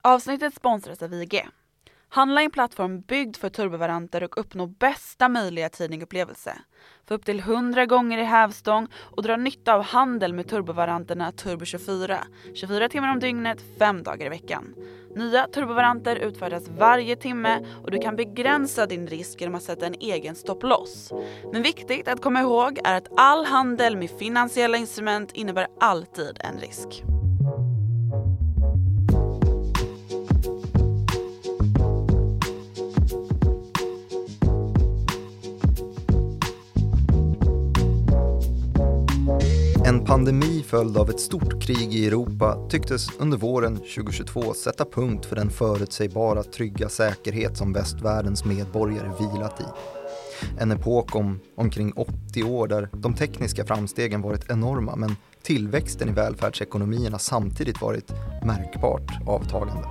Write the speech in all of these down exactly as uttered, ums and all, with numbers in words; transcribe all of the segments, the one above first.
Avsnittet sponsras av I G. Handla i en plattform byggd för turbovaranter och uppnå bästa möjliga tidningsupplevelse. Få upp till hundra gånger i hävstång och dra nytta av handel med turbovaranterna Turbo tjugofyra. tjugofyra timmar om dygnet, fem dagar i veckan. Nya turbovaranter utfärdas varje timme och du kan begränsa din risk genom att sätta en egen stopploss. Men viktigt att komma ihåg är att all handel med finansiella instrument innebär alltid en risk. En pandemi följd av ett stort krig i Europa tycktes under våren tjugohundratjugotvå sätta punkt för den förutsägbara trygga säkerhet som västvärldens medborgare vilat i. En epok om omkring åttio år där de tekniska framstegen varit enorma men tillväxten i välfärdsekonomierna samtidigt varit märkbart avtagande.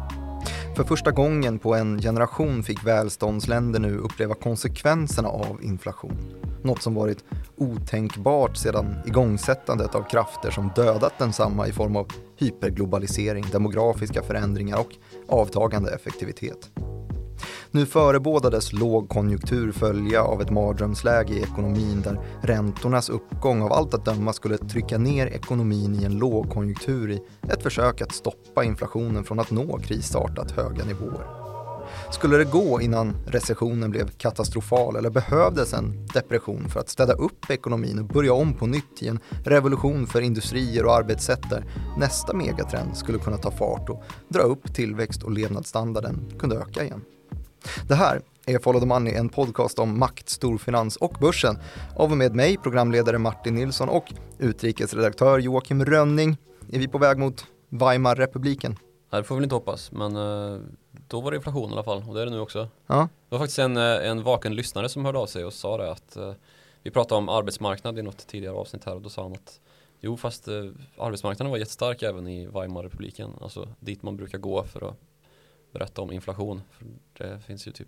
För första gången på en generation fick välståndsländer nu uppleva konsekvenserna av inflation. Något som varit otänkbart sedan igångsättandet av krafter som dödat densamma i form av hyperglobalisering, demografiska förändringar och avtagande effektivitet. Nu förebådades lågkonjunktur följa av ett mardrömsläge i ekonomin där räntornas uppgång av allt att döma skulle trycka ner ekonomin i en lågkonjunktur i ett försök att stoppa inflationen från att nå krisartat höga nivåer. Skulle det gå innan recessionen blev katastrofal eller behövdes en depression för att städa upp ekonomin och börja om på nytt i en revolution för industrier och arbetssätt där nästa megatrend skulle kunna ta fart och dra upp tillväxt och levnadsstandarden kunde öka igen? Det här är Follow the Money, en podcast om makt, storfinans och börsen av och med mig, programledare Martin Nilsson och utrikesredaktör Joakim Rönning. Är vi på väg mot Weimarrepubliken? Nej, det får vi inte hoppas, men uh, då var det inflation i alla fall, och det är det nu också. Ja. Det var faktiskt en, en vaken lyssnare som hörde av sig och sa det att uh, vi pratade om arbetsmarknad i något tidigare avsnitt här, och då sa han att jo, fast uh, arbetsmarknaden var jättestark även i Weimarrepubliken, alltså dit man brukar gå för att berätta om inflation. För det finns ju typ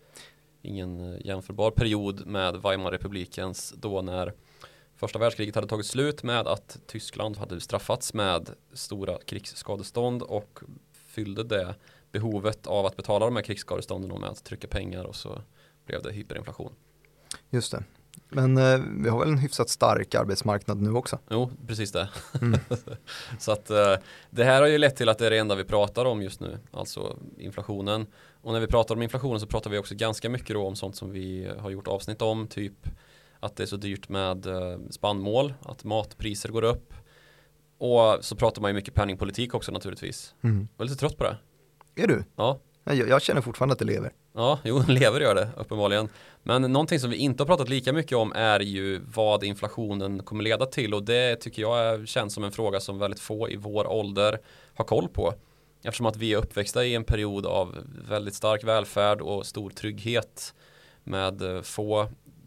ingen jämförbar period med Weimarrepublikens då när första världskriget hade tagit slut med att Tyskland hade straffats med stora krigsskadestånd och fyllde det behovet av att betala de här krigsskadestånden med att trycka pengar, och så blev det hyperinflation. Just det. Men eh, vi har väl en hyfsat stark arbetsmarknad nu också? Jo, precis det. Mm. Så att eh, det här har ju lett till att det är det enda vi pratar om just nu, alltså inflationen. Och när vi pratar om inflationen så pratar vi också ganska mycket då om sånt som vi har gjort avsnitt om, typ att det är så dyrt med eh, spannmål, att matpriser går upp. Och så pratar man ju mycket penningpolitik också naturligtvis. Mm. Jag är lite trött på det. Är du? Ja. Jag, jag känner fortfarande att det lever. Ja, jo, lever gör det uppenbarligen. Men någonting som vi inte har pratat lika mycket om är ju vad inflationen kommer leda till. Och det tycker jag känns som en fråga som väldigt få i vår ålder har koll på. Eftersom att vi är uppväxta i en period av väldigt stark välfärd och stor trygghet med få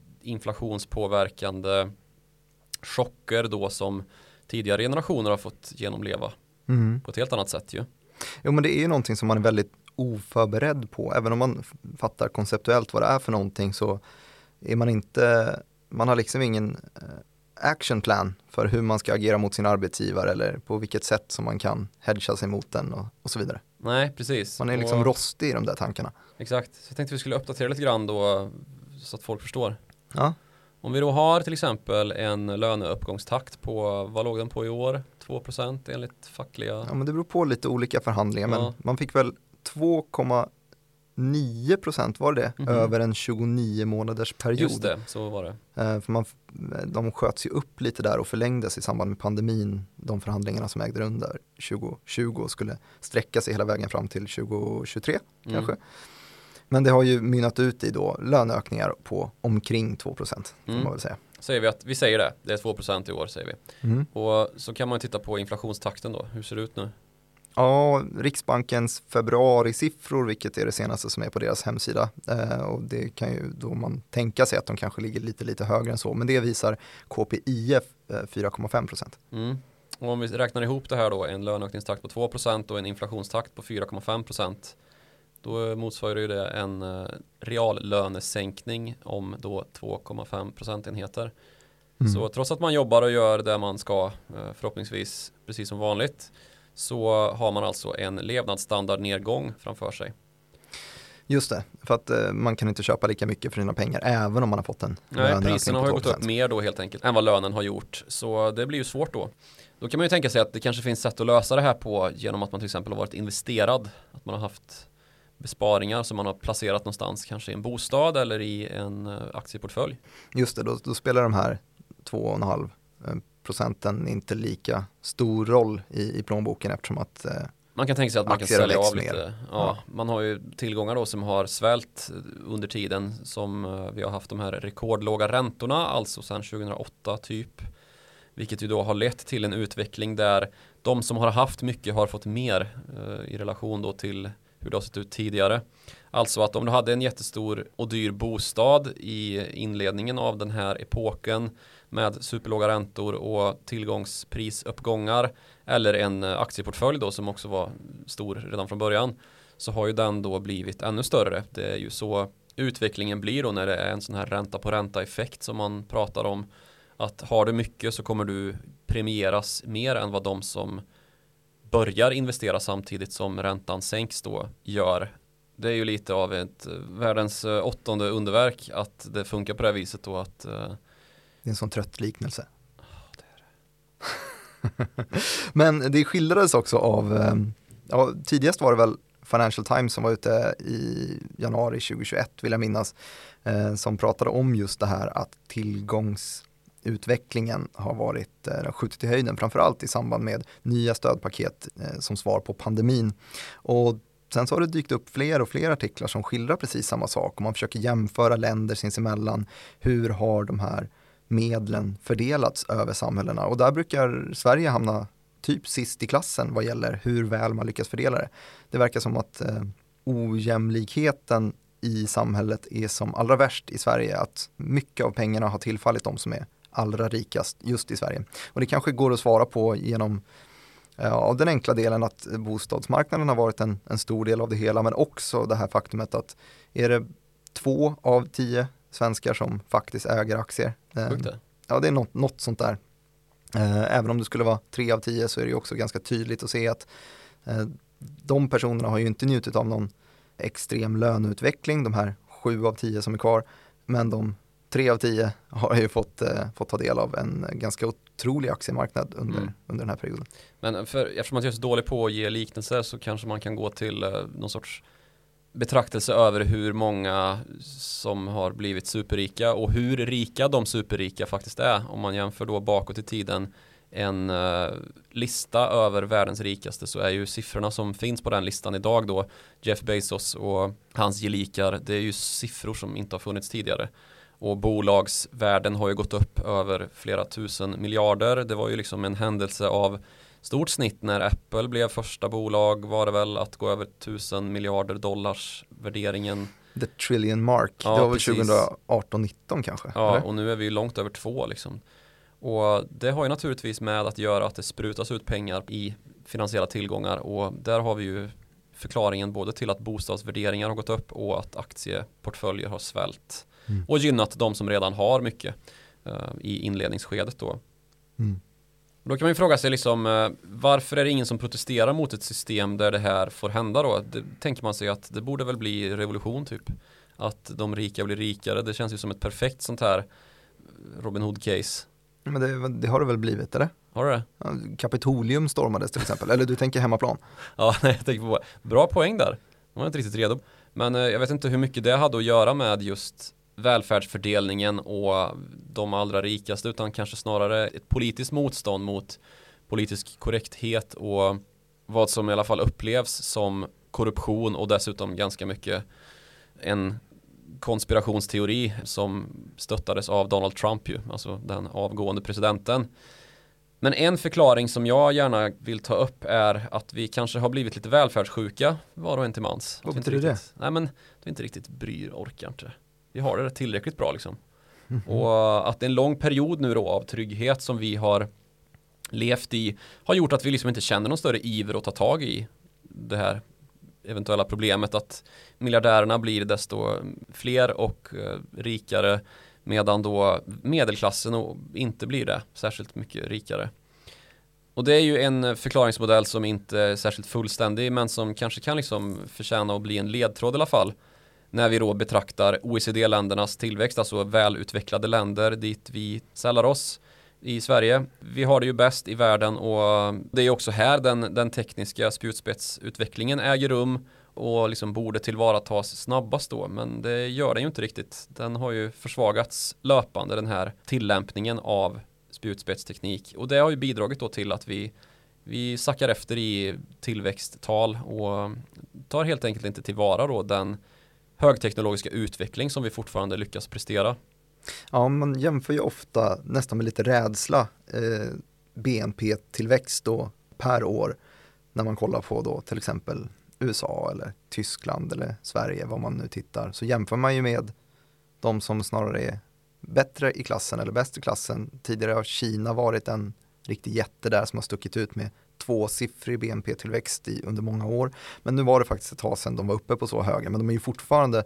inflationspåverkande chocker då som tidigare generationer har fått genomleva Mm. på ett helt annat sätt ju. Jo, men det är ju någonting som man är väldigt oförberedd på. Även om man fattar konceptuellt vad det är för någonting, så är man inte, man har liksom ingen action plan för hur man ska agera mot sin arbetsgivare eller på vilket sätt som man kan hedga sig mot den och, och så vidare. Nej, precis. Man är liksom och, rostig i de där tankarna. Exakt. Så jag tänkte vi skulle uppdatera lite grann då så att folk förstår. Ja. Om vi då har till exempel en löneuppgångstakt på, vad låg den på i år? två procent enligt fackliga. Ja, men det beror på lite olika förhandlingar. Ja. Men man fick väl två komma nio procent var det Mhm. över en tjugonio månaders period. Just det, så var det. Eh, för man, de sköts ju upp lite där och förlängdes i samband med pandemin. De förhandlingarna som ägde rum där tjugo tjugo skulle sträcka sig hela vägen fram till tjugo tjugotre Mm. kanske. Men det har ju mynnat ut i då löneökningar på omkring två procent får Mm. man väl säga. Säger vi att vi säger det, det är två procent i år säger vi. Mm. Och så kan man titta på inflationstakten då. Hur ser det ut nu? Ja, Riksbankens februarisiffror, vilket är det senaste som är på deras hemsida. Eh, och det kan ju då man tänka sig att de kanske ligger lite, lite högre än så. Men det visar K P I F eh, fyra komma fem procent. Mm. Och om vi räknar ihop det här då, en löneökningstakt på två procent och en inflationstakt på fyra komma fem procent, då motsvarar ju det en uh, reallönesänkning om då två komma fem procentenheter. Mm. Så trots att man jobbar och gör det man ska, uh, förhoppningsvis precis som vanligt, så har man alltså en levnadsstandardnedgång framför sig. Just det, för att eh, man kan inte köpa lika mycket för sina pengar även om man har fått en Nej, priserna har ju gått upp mer då helt enkelt än vad lönen har gjort. Så det blir ju svårt då. Då kan man ju tänka sig att det kanske finns sätt att lösa det här på genom att man till exempel har varit investerad. Att man har haft besparingar som man har placerat någonstans, kanske i en bostad eller i en uh, aktieportfölj. Just det, då, då spelar de här två komma fem procenten inte lika stor roll i, i plånboken eftersom att eh, man kan tänka sig att man kan sälja av lite. Ja, ja. Man har ju tillgångar då som har svällt under tiden som uh, vi har haft de här rekordlåga räntorna, alltså sedan tjugohundraåtta typ. Vilket ju då har lett till en utveckling där de som har haft mycket har fått mer uh, i relation då till hur det har sett ut tidigare. Alltså att om du hade en jättestor och dyr bostad i inledningen av den här epoken med superlåga räntor och tillgångsprisuppgångar eller en aktieportfölj då som också var stor redan från början, så har ju den då blivit ännu större. Det är ju så utvecklingen blir då när det är en sån här ränta på ränta effekt som man pratar om. Att har du mycket så kommer du premieras mer än vad de som börjar investera samtidigt som räntan sänks då gör. Det är ju lite av ett världens åttonde underverk att det funkar på det här viset då att uh... det är en sån trött liknelse. Oh, det är det. Men det skildrades också av ja, tidigast var det väl Financial Times som var ute i januari tjugohundratjugoett vill jag minnas, eh, som pratade om just det här att tillgångsutvecklingen har varit eh, skjutit i höjden, framförallt i samband med nya stödpaket eh, som svar på pandemin. Och sen så har det dykt upp fler och fler artiklar som skildrar precis samma sak och man försöker jämföra länder sinsemellan. Hur har de här medlen fördelats över samhällena? Och där brukar Sverige hamna typ sist i klassen vad gäller hur väl man lyckas fördela det. Det verkar som att eh, ojämlikheten i samhället är som allra värst i Sverige. Att mycket av pengarna har tillfallit de som är allra rikast just i Sverige. Och det kanske går att svara på genom ja, den enkla delen att bostadsmarknaden har varit en, en stor del av det hela, men också det här faktumet att är det två av tio svenskar som faktiskt äger aktier. Sjukt det. Ja, det är något, något sånt där. Även om det skulle vara tre av tio så är det också ganska tydligt att se att de personerna har ju inte njutit av någon extrem löneutveckling, de här sju av tio som är kvar, men de tre av tio har ju fått, fått ta del av en ganska otrolig aktiemarknad under, mm. under den här perioden. Men för, eftersom att jag är så dålig på att ge liknelser så kanske man kan gå till eh, någon sorts betraktelse över hur många som har blivit superrika och hur rika de superrika faktiskt är. Om man jämför då bakåt i tiden en uh, lista över världens rikaste, så är ju siffrorna som finns på den listan idag då Jeff Bezos och hans gelikar, det är ju siffror som inte har funnits tidigare. Och bolagsvärden har ju gått upp över flera tusen miljarder. Det var ju liksom en händelse av stort snitt när Apple blev första bolag, var det väl att gå över tusen miljarder dollars värderingen. The trillion mark, ja, det var väl tjugoarton nitton kanske? Ja, eller? Och nu är vi långt över två liksom. Och det har ju naturligtvis med att göra att det sprutas ut pengar i finansiella tillgångar, och där har vi ju förklaringen både till att bostadsvärderingar har gått upp och att aktieportföljer har svällt mm. och gynnat de som redan har mycket uh, i inledningsskedet då. Mm. Då kan man ju fråga sig liksom, uh, varför är det ingen som protesterar mot ett system där det här får hända då? Det tänker man sig att det borde väl bli revolution typ. Att de rika blir rikare, det känns ju som ett perfekt sånt här Robin Hood-case. Men det, det har det väl blivit, eller? Har du det? Ja, Kapitolium stormades till exempel, eller du tänker hemmaplan? Ja, nej, jag tänker på, bra poäng där. Jag var inte riktigt redo. Men eh, jag vet inte hur mycket det hade att göra med just välfärdsfördelningen och de allra rikaste, utan kanske snarare ett politiskt motstånd mot politisk korrekthet och vad som i alla fall upplevs som korruption, och dessutom ganska mycket en konspirationsteori som stöttades av Donald Trump ju, alltså den avgående presidenten. Men en förklaring som jag gärna vill ta upp är att vi kanske har blivit lite välfärdssjuka var och en till mans. Vad betyder det? Nej, men vi inte riktigt bryr, orkar inte. Vi har det tillräckligt bra liksom. Mm-hmm. Och att en lång period nu då av trygghet som vi har levt i har gjort att vi liksom inte känner någon större iver att ta tag i det här eventuella problemet att miljardärerna blir desto fler och eh, rikare, medan då medelklassen inte blir det särskilt mycket rikare. Och det är ju en förklaringsmodell som inte är särskilt fullständig men som kanske kan liksom förtjäna att bli en ledtråd i alla fall. När vi då betraktar O E C D-ländernas tillväxt, alltså välutvecklade länder dit vi sällar oss i Sverige. Vi har det ju bäst i världen och det är också här den, den tekniska spjutspetsutvecklingen äger rum och liksom borde tillvaratas snabbast då. Men det gör den ju inte riktigt. Den har ju försvagats löpande, den här tillämpningen av spjutspetsteknik. Och det har ju bidragit då till att vi, vi sackar efter i tillväxttal och tar helt enkelt inte tillvara då den högteknologiska utveckling som vi fortfarande lyckas prestera. Ja, man jämför ju ofta nästan med lite rädsla eh, B N P-tillväxt då per år när man kollar på då till exempel U S A eller Tyskland eller Sverige, vad man nu tittar, så jämför man ju med de som snarare är bättre i klassen eller bäst i klassen. Tidigare har Kina varit en riktig jätte där som har stuckit ut med tvåsiffrig B N P-tillväxt i, under många år. Men nu var det faktiskt ett tag sedan de var uppe på så höga, men de är ju fortfarande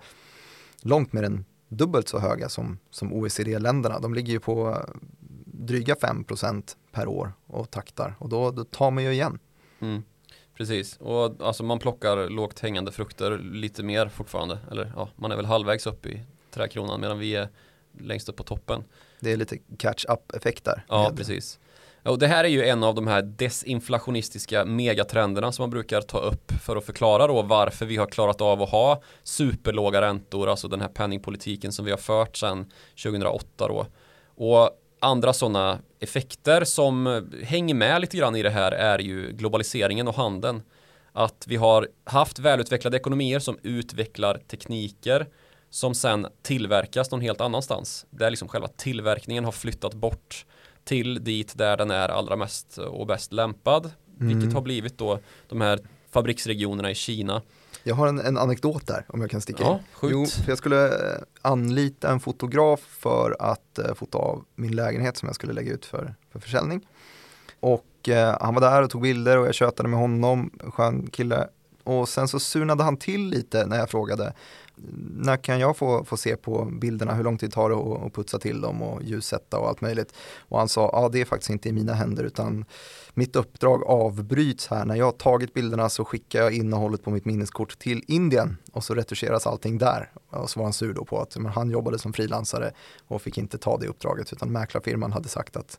långt mer än dubbelt så höga som, som O E C D-länderna. De ligger ju på dryga fem procent per år och taktar och då, då tar man ju igen. Mm. Precis, och alltså man plockar lågt hängande frukter lite mer fortfarande. Eller ja, man är väl halvvägs upp i trädkronan medan vi är längst upp på toppen. Det är lite catch-up-effekt där. Ja, med. precis. Och det här är ju en av de här desinflationistiska megatrenderna som man brukar ta upp för att förklara då varför vi har klarat av att ha superlåga räntor, alltså den här penningpolitiken som vi har fört sedan tjugohundraåtta då. Och andra sådana effekter som hänger med lite grann i det här är ju globaliseringen och handeln. Att vi har haft välutvecklade ekonomier som utvecklar tekniker som sen tillverkas någon helt annanstans. Där liksom själva tillverkningen har flyttat bort till dit där den är allra mest och bäst lämpad. Mm. Vilket har blivit då de här fabriksregionerna i Kina. Jag har en, en anekdot där om jag kan sticka ja, in. Sjukt. Jo, för jag skulle anlita en fotograf för att uh, fota av min lägenhet som jag skulle lägga ut för, för försäljning. Och uh, han var där och tog bilder och jag tjötade med honom, skön kille. Och sen så surnade han till lite när jag frågade när kan jag få, få se på bilderna, hur lång tid tar det att, att putsa till dem och ljussätta och allt möjligt. Och han sa, ja det är faktiskt inte i mina händer utan mitt uppdrag avbryts här. När jag har tagit bilderna så skickar jag innehållet på mitt minneskort till Indien och så retuscheras allting där. Och så var han sur då på att men han jobbade som frilansare och fick inte ta det uppdraget utan mäklarfirman hade sagt att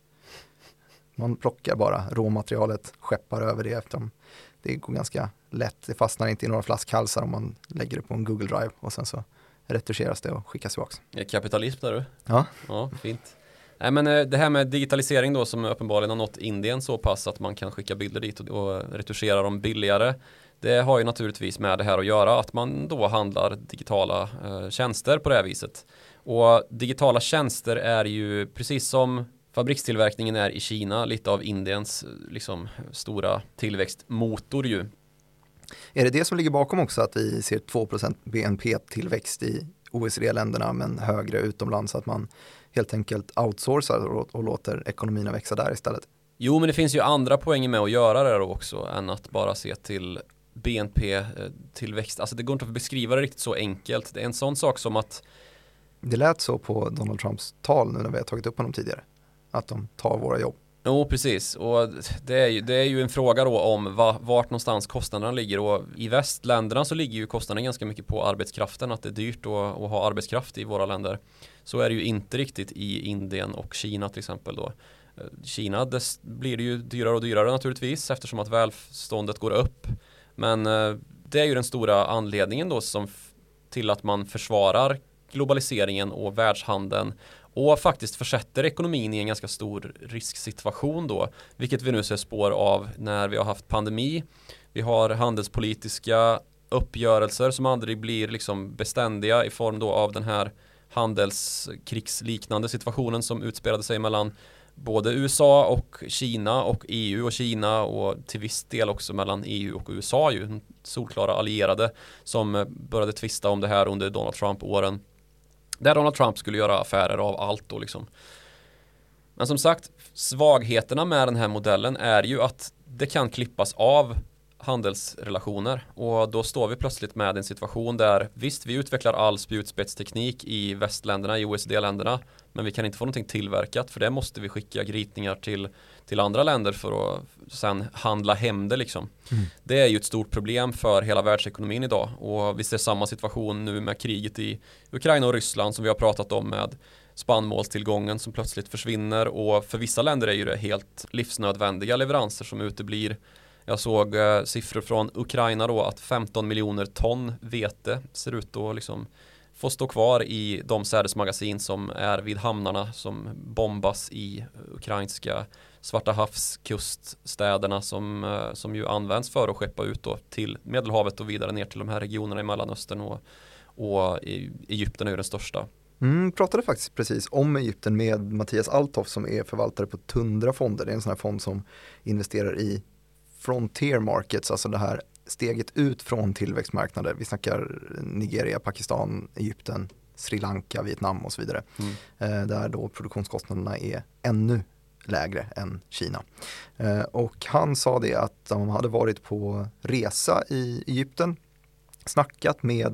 man plockar bara råmaterialet, skeppar över det efter dem. Det går ganska lätt, det fastnar inte i några flaskhalsar om man lägger det på en Google Drive och sen så retuscheras det och skickas tillbaka. Ja, kapitalism där du. Ja. Ja, fint. Nej, men det här med digitalisering då som uppenbarligen har nått Indien så pass att man kan skicka bilder dit och, och retuschera dem billigare. Det har ju naturligtvis med det här att göra att man då handlar digitala eh, tjänster på det här viset. Och digitala tjänster är ju precis som fabrikstillverkningen är i Kina lite av Indiens liksom, stora tillväxtmotor ju. Är det det som ligger bakom också att vi ser två procent B N P-tillväxt i O E C D-länderna men högre utomlands, att man helt enkelt outsourcar och, och låter ekonomierna växa där istället? Jo, men det finns ju andra poänger med att göra det också än att bara se till B N P-tillväxt. Alltså det går inte att beskriva det riktigt så enkelt. Det är en sån sak som att det lät så på Donald Trumps tal nu när vi har tagit upp honom tidigare. Att de tar våra jobb. Jo, precis. Och det är ju, det är ju en fråga då om va, vart någonstans kostnaderna ligger. Och i västländerna så ligger ju kostnaderna ganska mycket på arbetskraften. Att det är dyrt att, att ha arbetskraft i våra länder. Så är det ju inte riktigt i Indien och Kina till exempel då. Kina, det blir det ju dyrare och dyrare naturligtvis eftersom att välståndet går upp. Men det är ju den stora anledningen då som till att man försvarar globaliseringen och världshandeln och faktiskt försätter ekonomin i en ganska stor risksituation då, vilket vi nu ser spår av när vi har haft pandemi. Vi har handelspolitiska uppgörelser som aldrig blir liksom beständiga i form då av den här handelskrigsliknande situationen som utspelade sig mellan både U S A och Kina och E U och Kina och till viss del också mellan E U och U S A ju solklara allierade som började tvista om det här under Donald Trump-åren. Där Donald Trump skulle göra affärer av allt då liksom. Men som sagt, svagheterna med den här modellen är ju att det kan klippas av handelsrelationer, och då står vi plötsligt med en situation där visst, vi utvecklar all spjutspetsteknik i västländerna, i O E C D-länderna, men vi kan inte få någonting tillverkat, för det måste vi skicka gritningar till, till andra länder för att sen handla hem det liksom. Mm. Det är ju ett stort problem för hela världsekonomin idag, och vi ser samma situation nu med kriget i Ukraina och Ryssland som vi har pratat om, med spannmålstillgången som plötsligt försvinner, och för vissa länder är ju det helt livsnödvändiga leveranser som uteblir. Jag såg eh, siffror från Ukraina då, att femton miljoner ton vete ser ut att liksom få stå kvar i de sädesmagasin som är vid hamnarna som bombas i ukrainska Svarta havskuststäderna som, eh, som ju används för att skeppa ut då till Medelhavet och vidare ner till de här regionerna i Mellanöstern, och, och i, Egypten är ju den största. Mm, pratade faktiskt precis om Egypten med Mattias Althoff som är förvaltare på Tundra fonder. Det är en sån här fond som investerar i frontier markets, alltså det här steget ut från tillväxtmarknader. Vi snackar Nigeria, Pakistan, Egypten, Sri Lanka, Vietnam och så vidare. Mm. Eh, där då produktionskostnaderna är ännu lägre än Kina. Eh, och han sa det att de hade varit på resa i Egypten, snackat med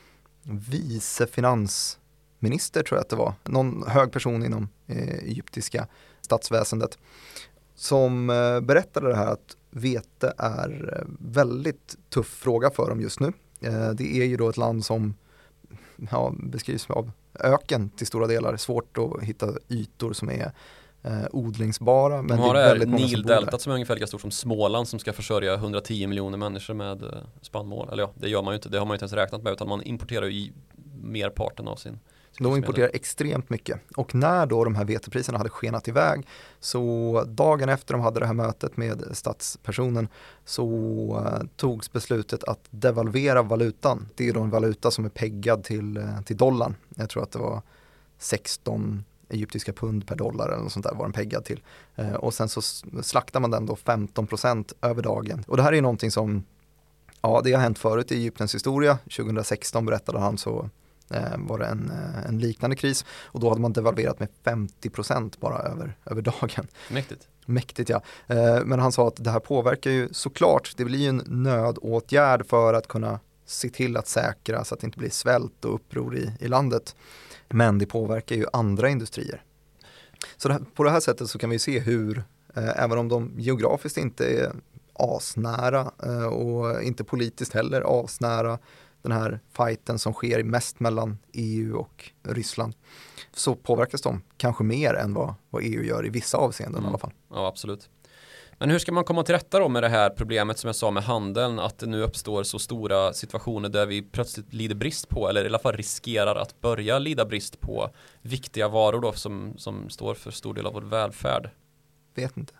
vice finansminister, tror jag att det var, någon hög person inom eh, egyptiska statsväsendet, som eh, berättade det här att vete är väldigt tuff fråga för dem just nu. Eh, det är ju då ett land som ja, beskrivs av öken till stora delar, svårt att hitta ytor som är eh, odlingsbara. Men de har det är väldigt många Nildeltat som är ungefär lika stort som Småland, som ska försörja hundratio miljoner människor med eh, spannmål. Eller ja, det gör man ju inte, det har man ju inte ens räknat med, utan man importerar ju i merparten av sin. De importerar extremt mycket, och när då de här vetepriserna hade skenat iväg, så dagen efter de hade det här mötet med statspersonen, så uh, togs beslutet att devalvera valutan. Det är då en valuta som är peggad till, uh, till dollarn. Jag tror att det var sexton egyptiska pund per dollar eller något sånt där var den peggad till. Uh, och sen så slaktar man den då femton procent över dagen. Och det här är någonting som, ja, det har hänt förut i Egyptens historia. tjugohundrasexton berättade han, så var det en, en liknande kris, och då hade man devalverat med femtio procent bara över, över dagen. Mäktigt. Mäktigt, ja. Men han sa att det här påverkar ju såklart, det blir ju en nödåtgärd för att kunna se till att säkra så att det inte blir svält och uppror i, i landet. Men det påverkar ju andra industrier. Så det här, på det här sättet så kan vi se hur, eh, även om de geografiskt inte är asnära eh, och inte politiskt heller asnära den här fighten som sker mest mellan E U och Ryssland, så påverkas de kanske mer än vad, vad E U gör i vissa avseenden mm. i alla fall. Ja, absolut. Men hur ska man komma till rätta då med det här problemet som jag sa med handeln, att det nu uppstår så stora situationer där vi plötsligt lider brist på, eller i alla fall riskerar att börja lida brist på viktiga varor då som, som står för stor del av vår välfärd? Vet inte.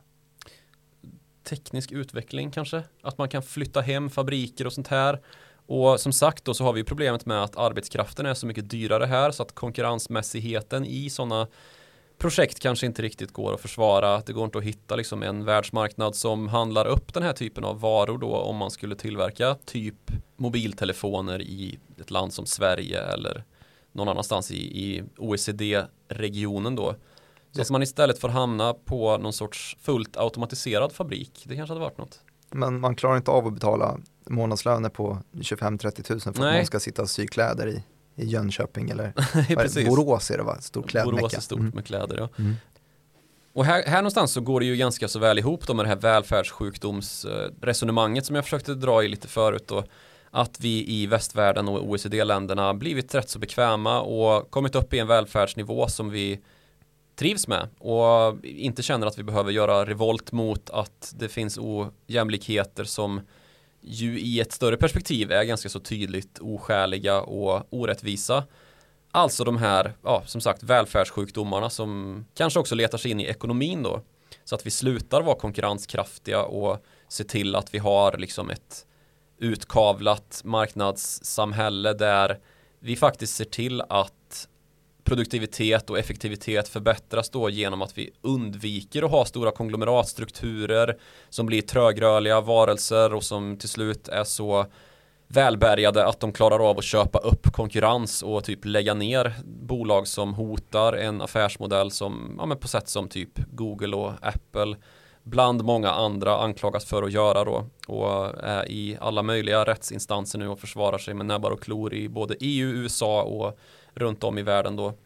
Teknisk utveckling kanske? Att man kan flytta hem fabriker och sånt här. Och som sagt då, så har vi problemet med att arbetskraften är så mycket dyrare här, så att konkurrensmässigheten i sådana projekt kanske inte riktigt går att försvara. Det går inte att hitta liksom en världsmarknad som handlar upp den här typen av varor då, om man skulle tillverka typ mobiltelefoner i ett land som Sverige eller någon annanstans i, i O E C D-regionen då. Så att man istället får hamna på någon sorts fullt automatiserad fabrik. Det kanske hade varit något. Men man klarar inte av att betala månadslöner på tjugofem till trettio tusen för Nej. att man ska sitta och sy kläder i, i Jönköping eller Precis. Borås är det, va? Stor klädmecka. Borås är stort mm. med kläder, ja. Mm. Och här, här någonstans så går det ju ganska så väl ihop då med det här välfärdssjukdomsresonemanget som jag försökte dra i lite förut då. Att vi i västvärlden och O E C D-länderna blivit rätt så bekväma och kommit upp i en välfärdsnivå som vi trivs med och inte känner att vi behöver göra revolt mot att det finns ojämlikheter som ju i ett större perspektiv är ganska så tydligt oskäliga och orättvisa. Alltså de här, ja, som sagt, välfärdssjukdomarna som kanske också letar sig in i ekonomin då. Så att vi slutar vara konkurrenskraftiga och se till att vi har liksom ett utkavlat marknadssamhälle där vi faktiskt ser till att produktivitet och effektivitet förbättras då genom att vi undviker att ha stora konglomeratstrukturer som blir trögrörliga varelser och som till slut är så välbärgade att de klarar av att köpa upp konkurrens och typ lägga ner bolag som hotar en affärsmodell som, ja, men på sätt som typ Google och Apple bland många andra anklagas för att göra då och är i alla möjliga rättsinstanser nu och försvarar sig med näbbar och klor i både E U, U S A och runt om i världen då.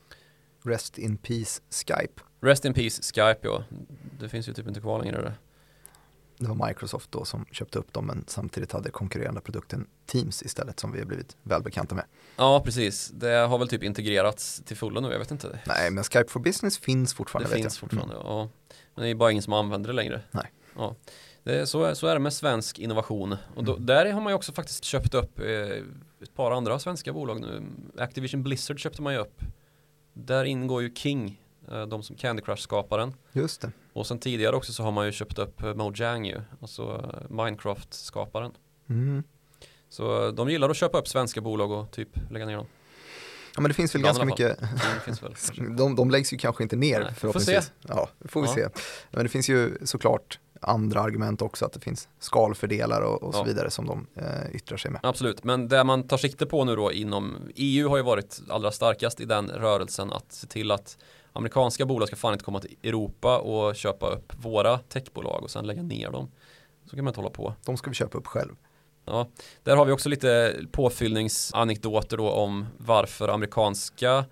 Rest in peace Skype. Rest in peace Skype, ja. Det finns ju typ inte kvar längre det. Det var Microsoft då som köpte upp dem, men samtidigt hade konkurrerande produkten Teams istället, som vi har blivit välbekanta med. Ja, precis. Det har väl typ integrerats till fullo nu, jag vet inte. Nej, men Skype for Business finns fortfarande. Det vet finns jag. fortfarande, mm. ja. Men det är bara ingen som använder det längre. Nej. Ja. Det är, så, är, så är det med svensk innovation. Och då, Mm. där har man ju också faktiskt köpt upp eh, ett par andra svenska bolag nu. Activision Blizzard köpte man ju upp. Där ingår ju King, eh, de som Candy Crush-skaparen. Just det. Och sen tidigare också så har man ju köpt upp eh, Mojang ju, alltså eh, Minecraft-skaparen. Mm. Så eh, de gillar att köpa upp svenska bolag och typ lägga ner dem. Ja, men det finns väl Ibland ganska i alla mycket. Det finns väl kanske. De, de läggs ju kanske inte ner. Nej, förhoppningsvis. får Ja, det får vi Ja. se. Men det finns ju såklart andra argument också, att det finns skalfördelar och, och så Ja. vidare som de eh, yttrar sig med. Absolut, men det man tar sikte på nu då inom E U har ju varit allra starkast i den rörelsen att se till att amerikanska bolag ska fan inte komma till Europa och köpa upp våra techbolag och sen lägga ner dem. Så kan man inte hålla på. De ska vi köpa upp själv. Ja, där har vi också lite påfyllningsanekdoter då om varför amerikanska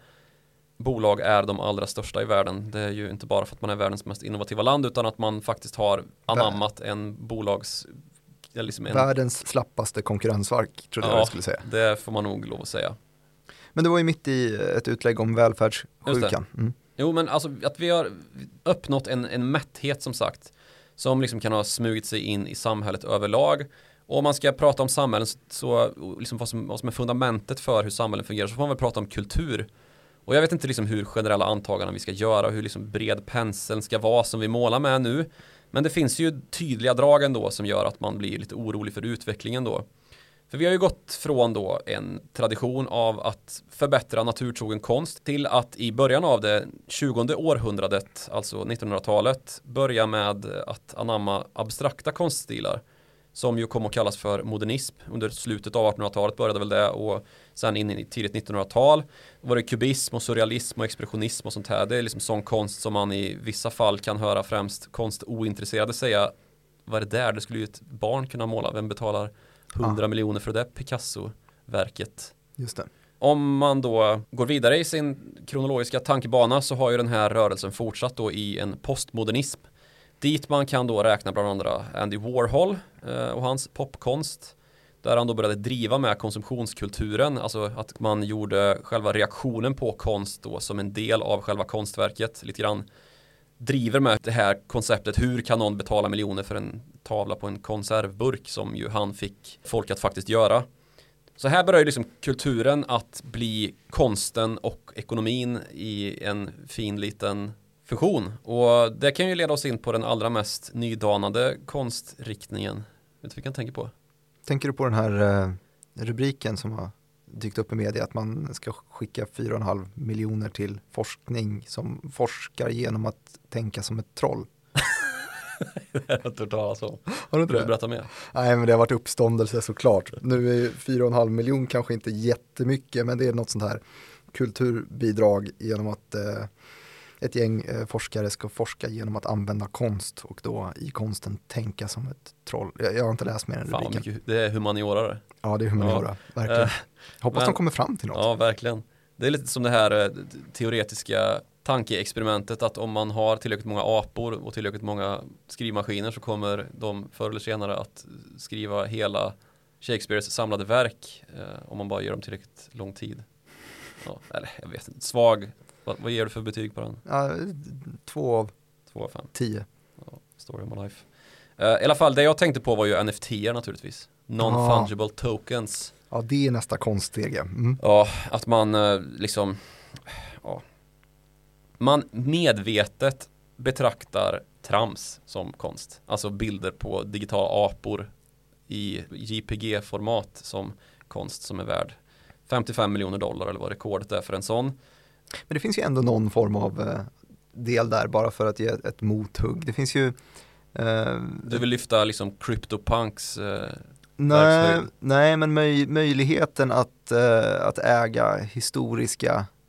bolag är de allra största i världen. Det är ju inte bara för att man är världens mest innovativa land utan att man faktiskt har anammat en bolags... Liksom en, Världens slappaste konkurrensverk, trodde Ja. jag jag skulle säga. det får man nog lov att säga. Men det var ju mitt i ett utlägg om välfärdssjukan. Mm. Jo, men alltså att vi har uppnått en, en mätthet som sagt som liksom kan ha smugit sig in i samhället överlag. Och om man ska prata om samhällen så, så liksom vad, som, vad som är fundamentet för hur samhällen fungerar så får man väl prata om kultur. Och jag vet inte liksom hur generella antaganden vi ska göra, hur liksom bred penseln ska vara som vi målar med nu. Men det finns ju tydliga drag ändå som gör att man blir lite orolig för utvecklingen då. För vi har ju gått från då en tradition av att förbättra naturtrogen konst till att i början av det tjugonde århundradet, alltså nittonhundratalet, börja med att anamma abstrakta konststilar som ju kom att kallas för modernism. Under slutet av artonhundratalet började väl det och sen in i tidigt nittonhundratal var det kubism och surrealism och expressionism och sånt här. Det är liksom sån konst som man i vissa fall kan höra främst konstointresserade säga, vad är det där? Det skulle ju ett barn kunna måla. Vem betalar hundra Ah. miljoner för det Picasso-verket? Just det. Om man då går vidare i sin kronologiska tankebana så har ju den här rörelsen fortsatt då i en postmodernism. Dit man kan då räkna bland andra Andy Warhol eh, och hans popkonst. Där han då började driva med konsumtionskulturen. Alltså att man gjorde själva reaktionen på konst då som en del av själva konstverket. Lite grann driver med det här konceptet. Hur kan någon betala miljoner för en tavla på en konservburk som ju han fick folk att faktiskt göra. Så här börjar ju liksom kulturen att bli konsten och ekonomin i en fin liten fusion. Och det kan ju leda oss in på den allra mest nydanande konstriktningen. Vet du vad vi kan tänka på? Tänker du på den här eh, rubriken som har dykt upp i media, att man ska skicka fyra och en halv miljoner till forskning som forskar genom att tänka som ett troll? Det har jag inte hört talas om. Har du inte Vill du det? berätta mer? Nej, men det har varit uppståndelse såklart. Nu är ju fyra och en halv miljon kanske inte jättemycket, men det är något sånt här kulturbidrag genom att eh, ett gäng eh, forskare ska forska genom att använda konst och då i konsten tänka som ett troll. Jag, jag har inte läst mer än Fan, rubriken. mycket, det är humaniora. Ja, det är humaniora, verkligen. Eh, Hoppas men- de kommer fram till något. Ja, verkligen. Det är lite som det här eh, teoretiska tankeexperimentet att om man har tillräckligt många apor och tillräckligt många skrivmaskiner så kommer de förr eller senare att skriva hela Shakespeares samlade verk eh, om man bara ger dem tillräckligt lång tid. Ja, eller jag vet inte. Svag. Vad, vad ger du för betyg på den? Ja, två av två av fem. tio. Ja, story of my life. Eh, I alla fall, det jag tänkte på var ju N F T-er naturligtvis. Non-fungible tokens. Ja, det är nästa konststeg. Mm. Ja, att man eh, liksom ja, man medvetet betraktar trams som konst. Alltså bilder på digitala apor i J P G-format som konst som är värd femtiofem miljoner dollar eller vad rekordet är för en sån. Men det finns ju ändå någon form av eh, del där bara för att ge ett, ett mothugg. Det finns ju... Eh, Du vill lyfta liksom CryptoPunks eh, nej, verkshöjd. nej, men möj, möjligheten att, eh, att äga historiska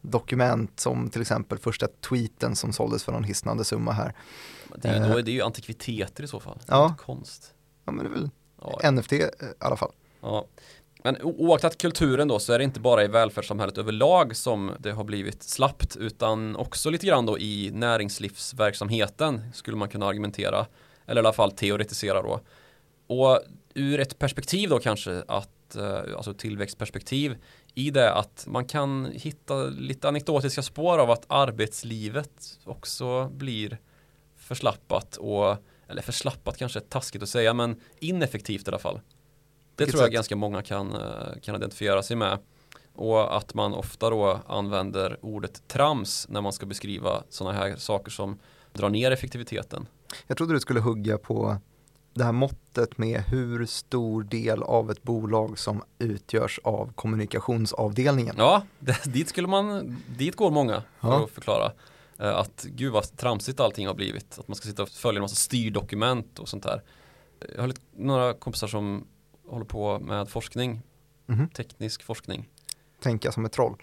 dokument som till exempel första tweeten som såldes för någon hisnande summa här. Det är ju, då är det ju antikviteter i så fall. Det är Ja. inte konst. Ja, men det är väl Ja. N F T i alla fall. Ja. Men o- oaktat kulturen då så är det inte bara i välfärdssamhället överlag som det har blivit slappt utan också lite grann då i näringslivsverksamheten skulle man kunna argumentera eller i alla fall teoretisera då. Och ur ett perspektiv då kanske att eh, alltså tillväxtperspektiv i det att man kan hitta lite anekdotiska spår av att arbetslivet också blir förslappat och eller förslappat kanske är taskigt att säga men ineffektivt i alla fall. Det tror jag sätt? ganska många kan, kan identifiera sig med. Och att man ofta då använder ordet trams när man ska beskriva sådana här saker som drar ner effektiviteten. Jag trodde du skulle hugga på det här måttet med hur stor del av ett bolag som utgörs av kommunikationsavdelningen. Ja, det, dit, skulle man, dit går många för Ja. att förklara. eh, Att gud vad tramsigt allting har blivit. Att man ska sitta och följa en massa styrdokument och sånt där. Jag har lite, några kompisar som håller på med forskning. Mhm. Teknisk forskning. Tänka som ett troll.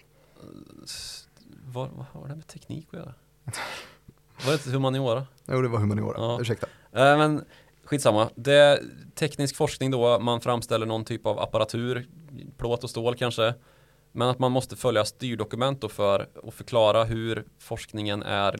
Vad, vad har det med teknik att göra? Var det inte humaniora? Jo, det var humaniora. Ja. Ursäkta. Eh, men skitsamma. Det är teknisk forskning då. Man framställer någon typ av apparatur. Plåt och stål kanske. Men att man måste följa styrdokument då för att förklara hur forskningen är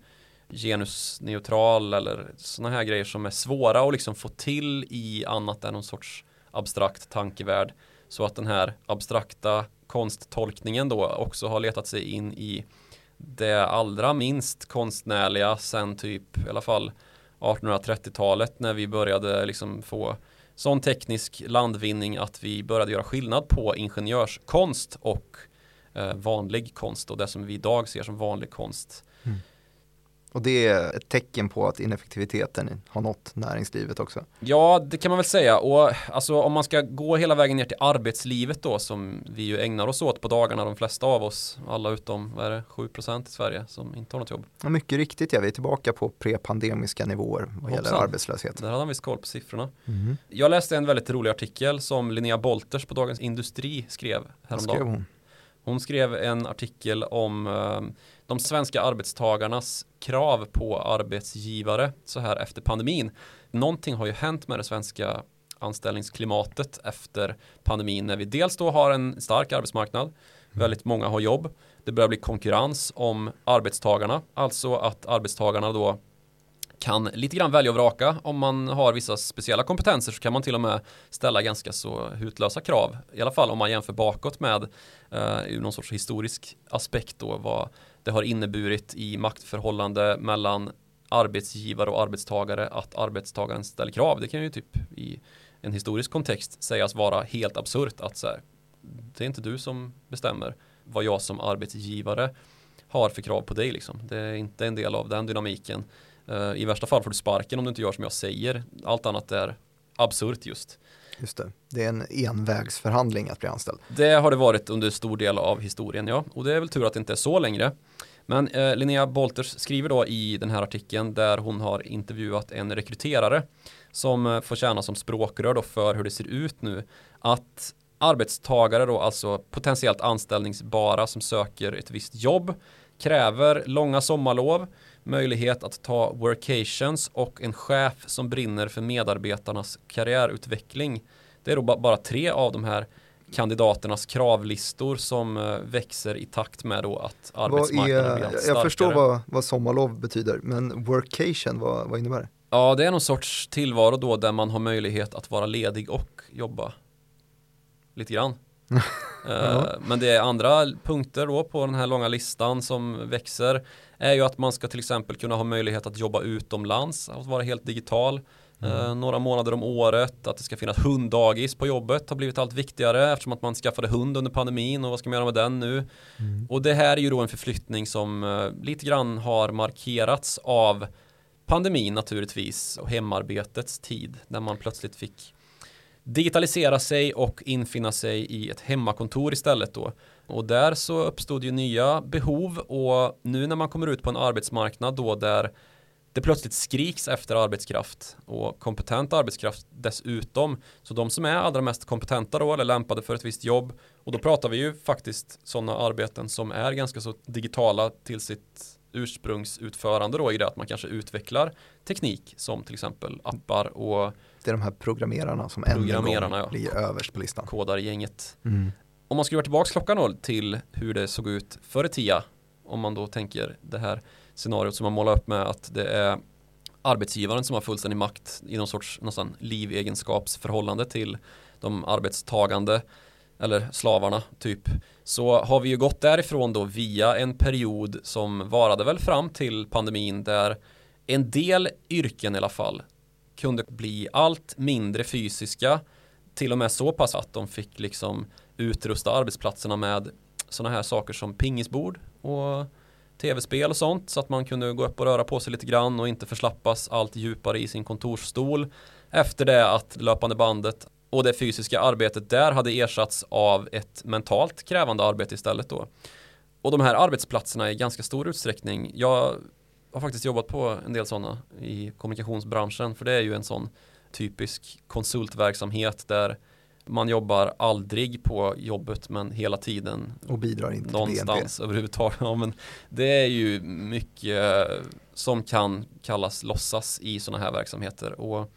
genusneutral eller sådana här grejer som är svåra att liksom få till i annat än någon sorts abstrakt tankevärld. Så att den här abstrakta konsttolkningen då också har letat sig in i det allra minst konstnärliga sen typ i alla fall artonhundratrettiotalet när vi började liksom få sån teknisk landvinning att vi började göra skillnad på ingenjörskonst och eh, vanlig konst och det som vi idag ser som vanlig konst. Och det är ett tecken på att ineffektiviteten har nått näringslivet också. Ja, det kan man väl säga. Och alltså, om man ska gå hela vägen ner till arbetslivet då, som vi ju ägnar oss åt på dagarna, de flesta av oss, alla utom, vad är det, sju procent i Sverige som inte har något jobb. Ja, mycket riktigt, ja, vi är tillbaka på prepandemiska nivåer vad gäller Hoppsan. arbetslöshet. Där hade han visst koll på siffrorna. Mm. Jag läste en väldigt rolig artikel som Linnea Bolters på Dagens Industri skrev Vad häromdagen. skrev hon? Hon skrev en artikel om eh, de svenska arbetstagarnas krav på arbetsgivare så här efter pandemin. Någonting har ju hänt med det svenska anställningsklimatet efter pandemin när vi dels då har en stark arbetsmarknad, väldigt många har jobb, det börjar bli konkurrens om arbetstagarna, alltså att arbetstagarna då kan lite grann välja och vraka. Om man har vissa speciella kompetenser så kan man till och med ställa ganska så hutlösa krav. I alla fall om man jämför bakåt med eh, ur någon sorts historisk aspekt då, vad det har inneburit i maktförhållande mellan arbetsgivare och arbetstagare att arbetstagaren ställer krav. Det kan ju typ i en historisk kontext sägas vara helt absurt att så här, det är inte du som bestämmer vad jag som arbetsgivare har för krav på dig liksom. Det är inte en del av den dynamiken. I värsta fall får du sparken om du inte gör som jag säger. Allt annat är absurt just. Just det, det är en envägsförhandling att bli anställd. Det har det varit under stor del av historien, ja. Och det är väl tur att det inte är så längre. Men eh, Linnea Bolters skriver då i den här artikeln där hon har intervjuat en rekryterare som eh, får tjäna som språkrör då för hur det ser ut nu. Att arbetstagare då, alltså potentiellt anställningsbara som söker ett visst jobb, kräver långa sommarlov, möjlighet att ta workations och en chef som brinner för medarbetarnas karriärutveckling. Det är då bara tre av de här kandidaternas kravlistor som uh, växer i takt med då att arbetsmarknaden blir allt starkare. Jag förstår vad, vad sommarlov betyder, men workation, vad, vad innebär det? Ja, det är någon sorts tillvaro då där man har möjlighet att vara ledig och jobba lite grann. uh, men det är andra punkter då på den här långa listan som växer är ju att man ska till exempel kunna ha möjlighet att jobba utomlands, att vara helt digital. Mm. Uh, några månader om året, att det ska finnas hunddagis på jobbet har blivit allt viktigare eftersom att man skaffade hund under pandemin och vad ska man göra med den nu? Mm. Och det här är ju då en förflyttning som uh, lite grann har markerats av pandemin naturligtvis och hemarbetets tid när man plötsligt fick digitalisera sig och infinna sig i ett hemmakontor istället då. Och där så uppstod ju nya behov och nu när man kommer ut på en arbetsmarknad då där det plötsligt skriks efter arbetskraft och kompetent arbetskraft dessutom. Så de som är allra mest kompetenta då eller lämpade för ett visst jobb, och då pratar vi ju faktiskt sådana arbeten som är ganska så digitala till sitt ursprungsutförande då, i det att man kanske utvecklar teknik som till exempel appar och det är de här programmerarna som än en gång ja. ligger överst på listan. Kodargänget. Mm. Om man skruvar tillbaka klockan då till hur det såg ut före tia, om man då tänker det här scenariot som man målar upp med att det är arbetsgivaren som har fullständig makt i någon sorts någon livegenskapsförhållande till de arbetstagande eller slavarna typ, så har vi ju gått därifrån då via en period som varade väl fram till pandemin, där en del yrken i alla fall kunde bli allt mindre fysiska, till och med så pass att de fick liksom utrusta arbetsplatserna med sådana här saker som pingisbord och tv-spel och sånt, så att man kunde gå upp och röra på sig lite grann och inte förslappas allt djupare i sin kontorsstol efter det att löpande bandet och det fysiska arbetet där hade ersatts av ett mentalt krävande arbete istället då. Och de här arbetsplatserna i ganska stor utsträckning, jag har faktiskt jobbat på en del sådana i kommunikationsbranschen, för det är ju en sån typisk konsultverksamhet där man jobbar aldrig på jobbet men hela tiden och bidrar inte någonstans till överhuvudtaget. Ja, men det är ju mycket som kan kallas låtsas i sådana här verksamheter, och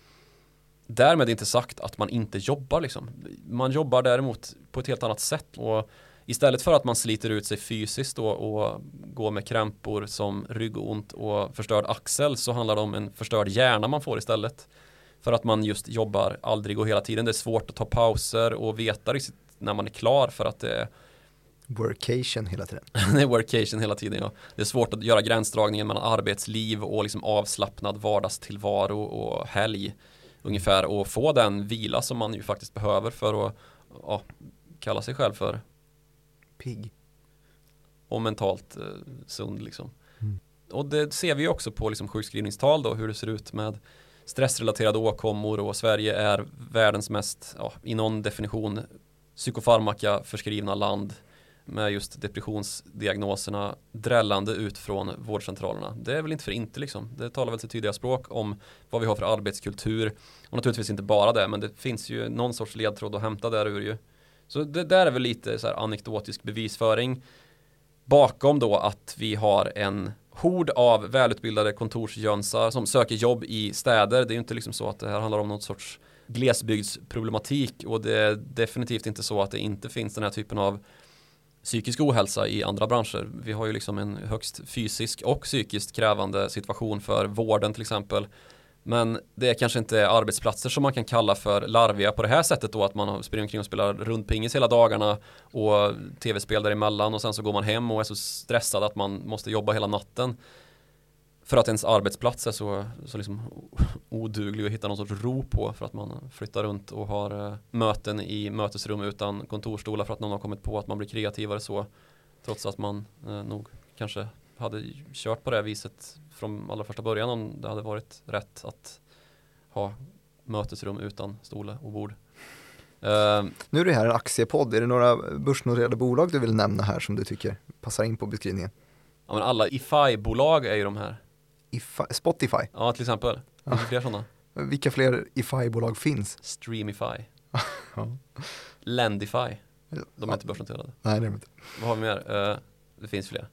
därmed inte sagt att man inte jobbar liksom. Man jobbar däremot på ett helt annat sätt, och istället för att man sliter ut sig fysiskt då och går med krämpor som ryggont och förstörd axel, så handlar det om en förstörd hjärna man får istället. För att man just jobbar aldrig och hela tiden. Det är svårt att ta pauser och veta riktigt när man är klar, för att det är workation hela tiden. Det är workation hela tiden, ja. Det är svårt att göra gränsdragningen mellan arbetsliv och liksom avslappnad vardagstillvaro och helg ungefär, och få den vila som man ju faktiskt behöver för att ja, kalla sig själv för pigg och mentalt eh, sund liksom. Mm. Och det ser vi ju också på liksom sjukskrivningstal då, hur det ser ut med stressrelaterade åkommor, och Sverige är världens mest, ja, i någon definition, psykofarmaka förskrivna land, med just depressionsdiagnoserna drällande ut från vårdcentralerna. Det är väl inte för inte liksom. Det talar väl till tydliga språk om vad vi har för arbetskultur, och naturligtvis inte bara det, men det finns ju någon sorts ledtråd att hämta där ur ju. Så det där är väl lite så här anekdotisk bevisföring bakom då att vi har en hord av välutbildade kontorsjönsar som söker jobb i städer. Det är ju inte liksom så att det här handlar om något sorts glesbygdsproblematik, och det är definitivt inte så att det inte finns den här typen av psykisk ohälsa i andra branscher. Vi har ju liksom en högst fysisk och psykiskt krävande situation för vården till exempel. Men det är kanske inte arbetsplatser som man kan kalla för larviga på det här sättet då, att man springer omkring och spelar rundpingis hela dagarna och tv-spel däremellan, och sen så går man hem och är så stressad att man måste jobba hela natten för att ens arbetsplats är så, så liksom oduglig att hitta någon sorts ro på, för att man flyttar runt och har uh, möten i mötesrum utan kontorstolar för att någon har kommit på att man blir kreativare så, trots att man uh, nog kanske hade kört på det här viset från allra första början om det hade varit rätt att ha mötesrum utan stolar och bord. Uh, nu är det här en aktiepodd. Är det några börsnoterade bolag du vill nämna här som du tycker passar in på beskrivningen? Ja, men alla I F I-bolag är ju de här. I F I, Spotify? Ja, till exempel. Det finns fler sådana. Vilka fler I F I-bolag finns? Streamify. Ja. Lendify. De är ja. inte börsnoterade. Nej, det är inte. Vad har vi mer? Uh, det finns fler.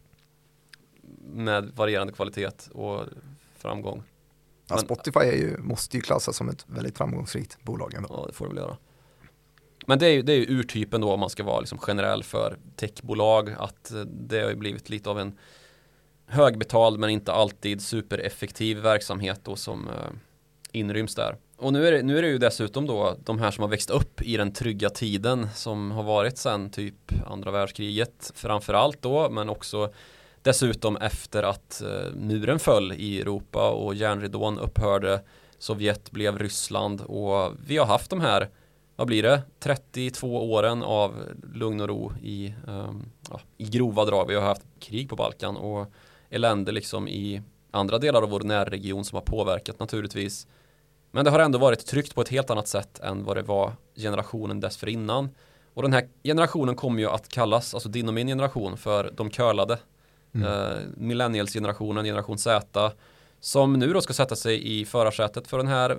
Med varierande kvalitet och framgång. Ja, Men, Spotify är ju, måste ju klassas som ett väldigt framgångsrikt bolag ändå. Ja, det får det väl göra. Men det är ju, det är ju urtypen då, om man ska vara liksom generell för techbolag, att det har ju blivit lite av en högbetald men inte alltid supereffektiv verksamhet då som uh, inryms där. Och nu är, det, nu är det ju dessutom då de här som har växt upp i den trygga tiden som har varit sedan typ andra världskriget framförallt då, men också dessutom efter att uh, muren föll i Europa och järnridån upphörde, Sovjet blev Ryssland, och vi har haft de här, vad blir det, trettiotvå åren av lugn och ro i, um, ja, i grova drag. Vi har haft krig på Balkan och elände liksom i andra delar av vår närregion som har påverkat naturligtvis. Men det har ändå varit tryggt på ett helt annat sätt än vad det var generationen dessförinnan. Och den här generationen kommer ju att kallas, alltså din och min generation, för de curlade. Mm. Uh, millennials-generationen, generation Z, som nu då ska sätta sig i förarsätet för den här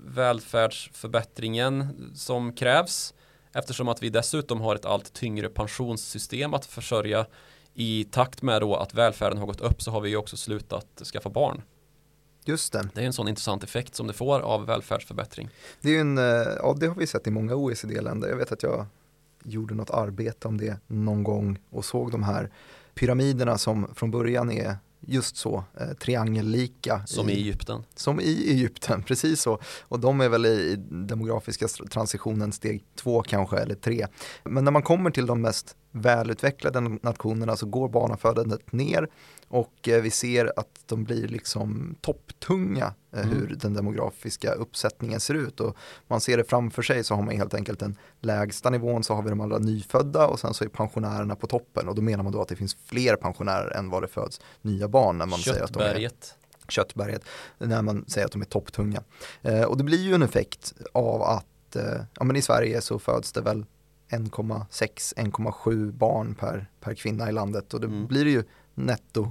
välfärdsförbättringen som krävs, eftersom att vi dessutom har ett allt tyngre pensionssystem att försörja. I takt med då att välfärden har gått upp så har vi ju också slutat skaffa barn. Just det. Det är en sån intressant effekt som det får av välfärdsförbättring. Det är ju en, ja, det har vi sett i många O E C D-länder. Jag vet att jag gjorde något arbete om det någon gång och såg de här pyramiderna som från början är just så, eh, triangellika. Som i, i Egypten. Som i Egypten, precis så. Och de är väl i demografiska transitionen steg två kanske, eller tre. Men när man kommer till de mest välutvecklade nationerna så går barnafödandet ner och eh, vi ser att de blir liksom topptunga eh, mm. hur den demografiska uppsättningen ser ut. Och man ser det framför sig så har man helt enkelt den lägsta nivån, så har vi de allra nyfödda och sen så är pensionärerna på toppen. Och då menar man då att det finns fler pensionärer än vad det föds nya barn när man säger att de är köttberget, när man säger att de är topptunga. Eh, och det blir ju en effekt av att eh, ja, men i Sverige så föds det väl en komma sex till en komma sju barn per, per kvinna i landet och det mm. blir ju netto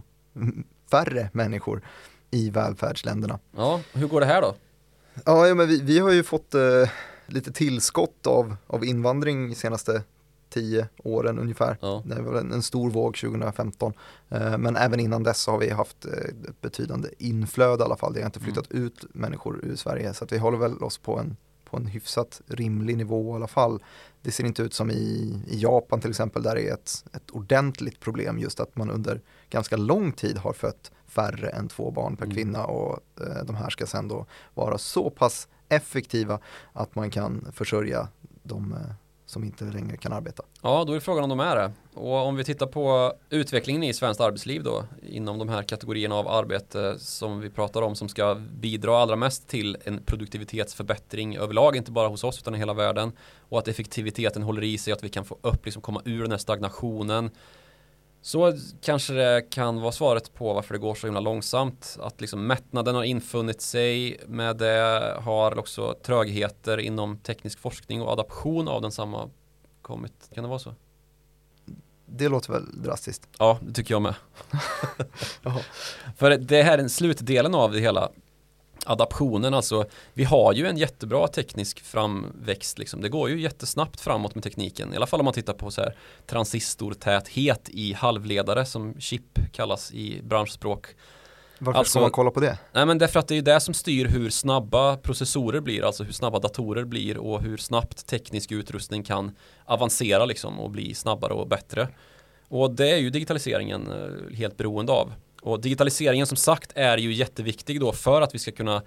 färre människor i välfärdsländerna. Ja, hur går det här då? Ja, ja men vi, vi har ju fått eh, lite tillskott av, av invandring de senaste tio åren ungefär. Ja. Det var en, en stor våg tjugohundrafemton. Eh, men även innan dess har vi haft eh, ett betydande inflöde i alla fall. Det har inte flyttat mm. ut människor ur Sverige så att vi håller väl oss på en på en hyfsat rimlig nivå i alla fall. Det ser inte ut som i, i Japan till exempel där det är ett, ett ordentligt problem just att man under ganska lång tid har fött färre än två barn per mm. kvinna och eh, de här ska sedan då vara så pass effektiva att man kan försörja de eh, som inte längre kan arbeta. Ja, då är frågan om de är det. Och om vi tittar på utvecklingen i svenskt arbetsliv då, inom de här kategorierna av arbete som vi pratar om som ska bidra allra mest till en produktivitetsförbättring överlag, inte bara hos oss utan i hela världen, och att effektiviteten håller i sig, att vi kan få upp, liksom komma ur den här stagnationen. Så kanske det kan vara svaret på varför det går så himla långsamt. Att liksom mättnaden har infunnit sig, med det har också trögheter inom teknisk forskning och adaption av densamma kommit. Kan det vara så? Det låter väl drastiskt. Ja, det tycker jag med. För det här är en slutdelen av det hela. Adaptionen, alltså vi har ju en jättebra teknisk framväxt liksom. Det går ju jättesnabbt framåt med tekniken, i alla fall om man tittar på så här transistortäthet i halvledare som chip kallas i branschspråk. Varför alltså, ska man kolla på det? Nej, men därför att det är ju det som styr hur snabba processorer blir, alltså hur snabba datorer blir och hur snabbt teknisk utrustning kan avancera liksom och bli snabbare och bättre. Och det är ju digitaliseringen helt beroende av. Och digitaliseringen som sagt är ju jätteviktig då för att vi ska kunna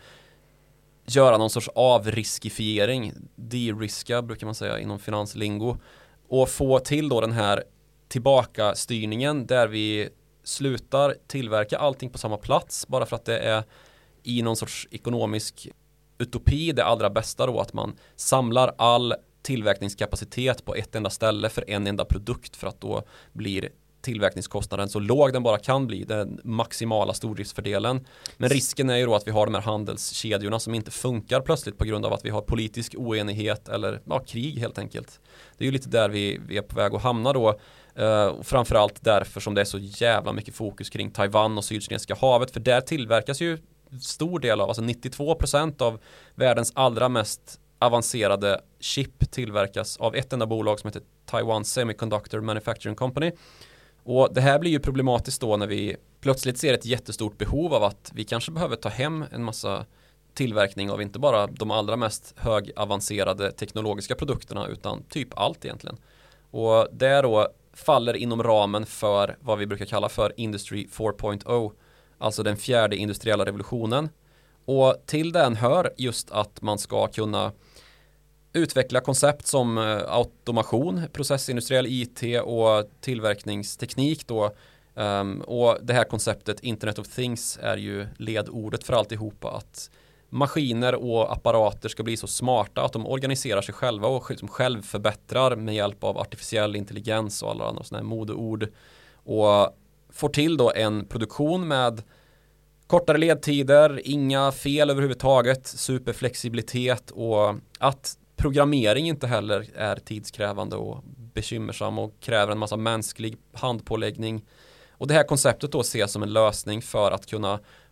göra någon sorts avriskifiering, de-riska brukar man säga inom finanslingo, och få till då den här tillbaka styrningen där vi slutar tillverka allting på samma plats bara för att det är i någon sorts ekonomisk utopi det allra bästa då, att man samlar all tillverkningskapacitet på ett enda ställe för en enda produkt, för att då blir tillverkningskostnaden så låg den bara kan bli, den maximala stordriftsfördelen. Men risken är ju då att vi har de här handelskedjorna som inte funkar plötsligt på grund av att vi har politisk oenighet eller ja, krig helt enkelt. Det är ju lite där vi, vi är på väg att hamna då. Uh, framförallt därför som det är så jävla mycket fokus kring Taiwan och Sydkinesiska havet, för där tillverkas ju stor del av, alltså nittiotvå procent av världens allra mest avancerade chip tillverkas av ett enda bolag som heter Taiwan Semiconductor Manufacturing Company. Och det här blir ju problematiskt då när vi plötsligt ser ett jättestort behov av att vi kanske behöver ta hem en massa tillverkning av inte bara de allra mest högavancerade teknologiska produkterna utan typ allt egentligen. Och det då faller inom ramen för vad vi brukar kalla för Industry four point oh, alltså den fjärde industriella revolutionen. Och till den hör just att man ska kunna utveckla koncept som automation, processindustriell I T och tillverkningsteknik då. Um, och det här konceptet Internet of Things är ju ledordet för alltihopa, att maskiner och apparater ska bli så smarta att de organiserar sig själva och liksom själv förbättrar med hjälp av artificiell intelligens och alla andra sådana här modeord, och får till då en produktion med kortare ledtider, inga fel överhuvudtaget, superflexibilitet, och att programmering inte heller är tidskrävande och bekymmersam och kräver en massa mänsklig handpåläggning. Och det här konceptet då ses som en lösning för att kunna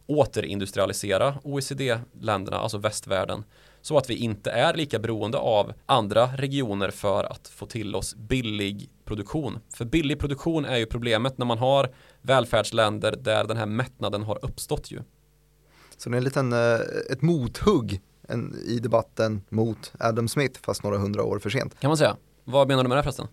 återindustrialisera O E C D-länderna, alltså västvärlden, så att vi inte är lika beroende av andra regioner för att få till oss billig produktion. För billig produktion är ju problemet när man har välfärdsländer där den här mättnaden har uppstått ju. Så det är en liten, ett mothugg i debatten mot Adam Smith, fast några hundra år för sent. Kan man säga. Vad menar du med det förresten?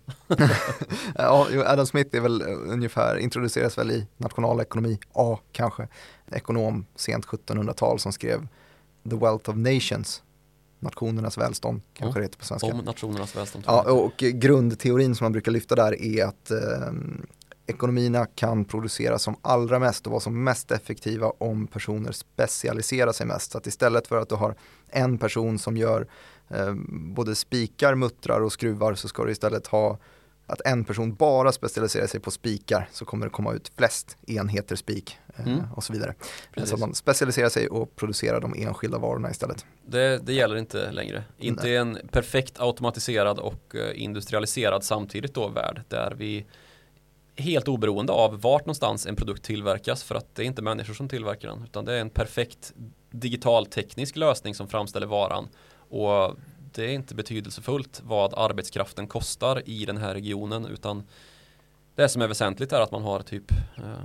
Ja, Adam Smith är väl ungefär, introduceras väl i nationalekonomi A kanske. Ekonom sent sjuttonhundratal som skrev The Wealth of Nations. Nationernas välstånd kanske mm. det heter på svenska. Om nationernas välstånd. Ja, och grundteorin som man brukar lyfta där är att eh, ekonomierna kan producera som allra mest och vara som mest effektiva om personer specialiserar sig mest. Så att istället för att du har en person som gör eh, både spikar, muttrar och skruvar, så ska du istället ha att en person bara specialiserar sig på spikar, så kommer det komma ut flest enheter spik eh, mm. och så vidare. Precis. Så att man specialiserar sig och producerar de enskilda varorna istället. Det, det gäller inte längre. Inte Nej. En perfekt automatiserad och eh, industrialiserad samtidigt då värld där vi helt oberoende av vart någonstans en produkt tillverkas, för att det är inte människor som tillverkar den, utan det är en perfekt digital teknisk lösning som framställer varan, och det är inte betydelsefullt vad arbetskraften kostar i den här regionen, utan det som är väsentligt är att man har typ eh,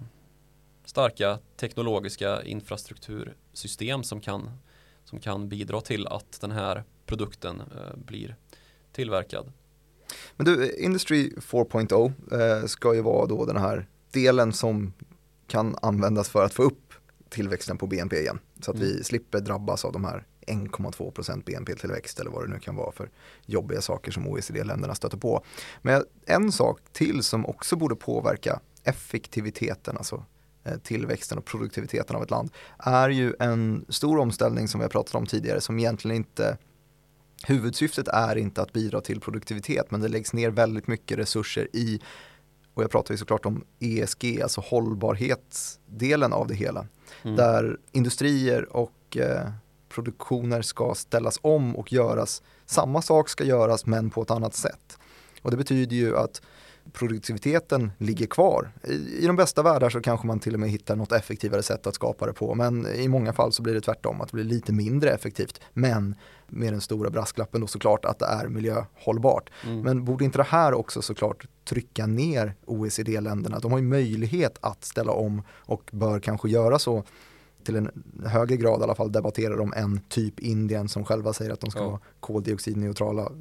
starka teknologiska infrastruktursystem som kan, som kan bidra till att den här produkten eh, blir tillverkad. Men du, Industry four point oh eh, ska ju vara då den här delen som kan användas för att få upp tillväxten på B N P igen. Så att mm. vi slipper drabbas av de här en komma två procent B N P-tillväxt eller vad det nu kan vara för jobbiga saker som O E C D-länderna stöter på. Men en sak till som också borde påverka effektiviteten, alltså tillväxten och produktiviteten av ett land, är ju en stor omställning som vi har pratat om tidigare, som egentligen inte, huvudsyftet är inte att bidra till produktivitet, men det läggs ner väldigt mycket resurser i, och jag pratar ju såklart om E S G, alltså hållbarhetsdelen av det hela, mm. där industrier och eh, produktioner ska ställas om och göras, samma sak ska göras men på ett annat sätt. Och det betyder ju att produktiviteten ligger kvar. I, I de bästa världar så kanske man till och med hittar något effektivare sätt att skapa det på, men i många fall så blir det tvärtom, att det blir lite mindre effektivt, men med den stora brasklappen då såklart att det är miljöhållbart. Mm. Men borde inte det här också såklart trycka ner O E C D-länderna? De har ju möjlighet att ställa om och bör kanske göra så till en högre grad i alla fall, debatterar de än typ Indien som själva säger att de ska ja. vara koldioxidneutrala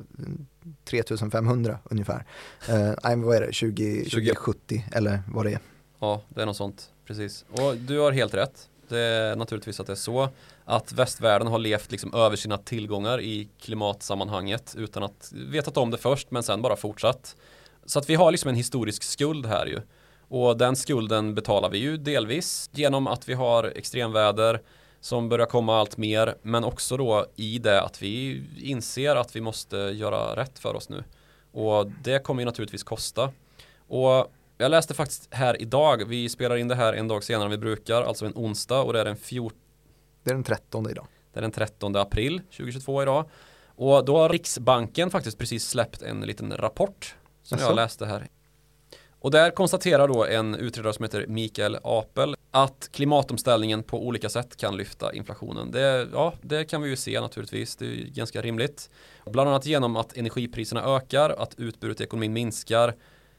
tre tusen femhundra ungefär. Eh, nej, vad är det? tjugo, tjugo sjuttio eller vad det är? Ja, det är något sånt. Precis. Och du har helt rätt. Det är naturligtvis att det är så att västvärlden har levt liksom över sina tillgångar i klimatsammanhanget utan att vetat om det först, men sen bara fortsatt. Så att vi har liksom en historisk skuld här ju. Och den skulden betalar vi ju delvis genom att vi har extremväder som börjar komma allt mer, men också då i det att vi inser att vi måste göra rätt för oss nu. Och det kommer ju naturligtvis kosta. Och jag läste faktiskt här idag, vi spelar in det här en dag senare än vi brukar, alltså en onsdag, och det är den fjortonde. Det är den trettonde idag. Det är den trettonde april tjugohundratjugotvå idag. Och då har Riksbanken faktiskt precis släppt en liten rapport som Asså? jag läste här. Och där konstaterar då en utredare som heter Mikael Apel att klimatomställningen på olika sätt kan lyfta inflationen. Det, ja, det kan vi ju se naturligtvis, det är ganska rimligt. Bland annat genom att energipriserna ökar, att utbudet i ekonomin minskar,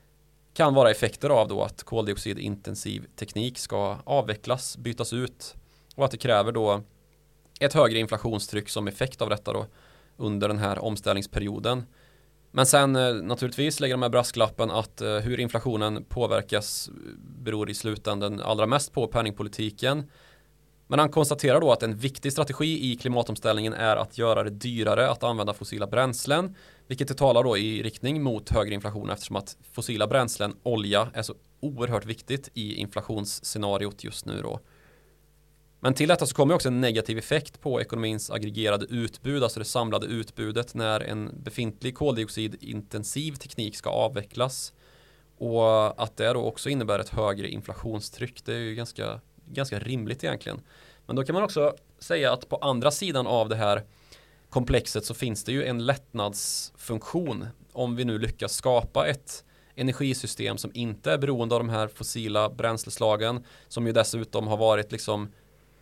kan vara effekter av då att koldioxidintensiv teknik ska avvecklas, bytas ut, och att det kräver då ett högre inflationstryck som effekt av detta då under den här omställningsperioden. Men sen naturligtvis lägger de här brasklappen att eh, hur inflationen påverkas beror i slutändan allra mest på penningpolitiken. Men han konstaterar då att en viktig strategi i klimatomställningen är att göra det dyrare att använda fossila bränslen, vilket det talar då i riktning mot högre inflation, eftersom att fossila bränslen, olja, är så oerhört viktigt i inflationsscenariot just nu då. Men till detta så kommer också en negativ effekt på ekonomins aggregerade utbud, alltså det samlade utbudet, när en befintlig koldioxidintensiv teknik ska avvecklas. Och att det då också innebär ett högre inflationstryck, det är ju ganska, ganska rimligt egentligen. Men då kan man också säga att på andra sidan av det här komplexet så finns det ju en lättnadsfunktion om vi nu lyckas skapa ett energisystem som inte är beroende av de här fossila bränsleslagen, som ju dessutom har varit liksom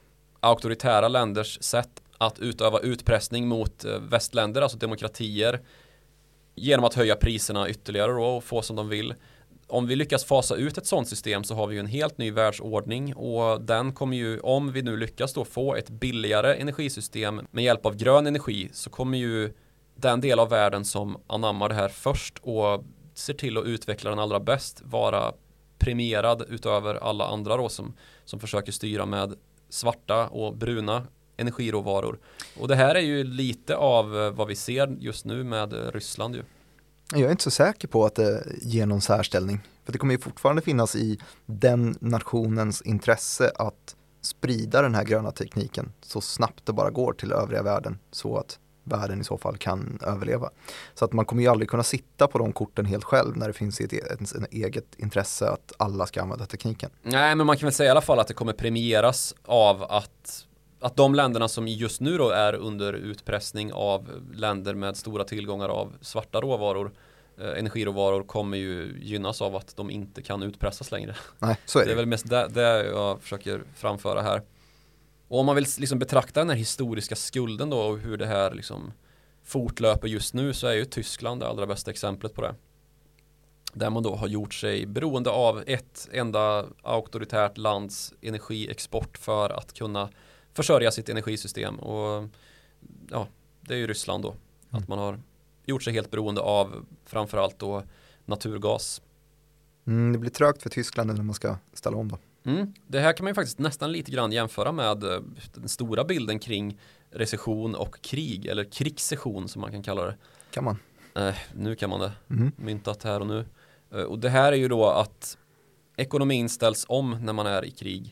auktoritära länders sätt att utöva utpressning mot västländer, alltså demokratier, genom att höja priserna ytterligare då och få som de vill. Om vi lyckas fasa ut ett sådant system så har vi ju en helt ny världsordning, och den kommer ju, om vi nu lyckas då få ett billigare energisystem med hjälp av grön energi, så kommer ju den del av världen som anammar det här först och ser till att utveckla den allra bäst vara premierad utöver alla andra då som, som försöker styra med svarta och bruna energiråvaror. Och det här är ju lite av vad vi ser just nu med Ryssland ju. Jag är inte så säker på att det ger någon särställning. För det kommer ju fortfarande finnas i den nationens intresse att sprida den här gröna tekniken så snabbt det bara går till övriga världen, så att världen i så fall kan överleva. Så att man kommer ju aldrig kunna sitta på de korten helt själv när det finns ett, ett, ett eget intresse att alla ska använda tekniken. Nej, men man kan väl säga i alla fall att det kommer premieras av att att de länderna som just nu då är under utpressning av länder med stora tillgångar av svarta råvaror, eh, energiråvaror, kommer ju gynnas av att de inte kan utpressas längre. Nej, så är det. Det är väl mest det, det jag försöker framföra här. Och om man vill liksom betrakta den här historiska skulden då och hur det här liksom fortlöper just nu, så är ju Tyskland det allra bästa exemplet på det. Där man då har gjort sig beroende av ett enda auktoritärt lands energiexport för att kunna försörja sitt energisystem. Och ja, det är ju Ryssland då. Mm. Att man har gjort sig helt beroende av framförallt då naturgas. Mm, det blir trögt för Tyskland när man ska ställa om då. Mm. Det här kan man ju faktiskt nästan lite grann jämföra med den stora bilden kring recession och krig, eller krigsrecession som man kan kalla det. Kan man? Eh, nu kan man det. Mm. Myntat här och nu. Eh, och det här är ju då att ekonomin ställs om när man är i krig.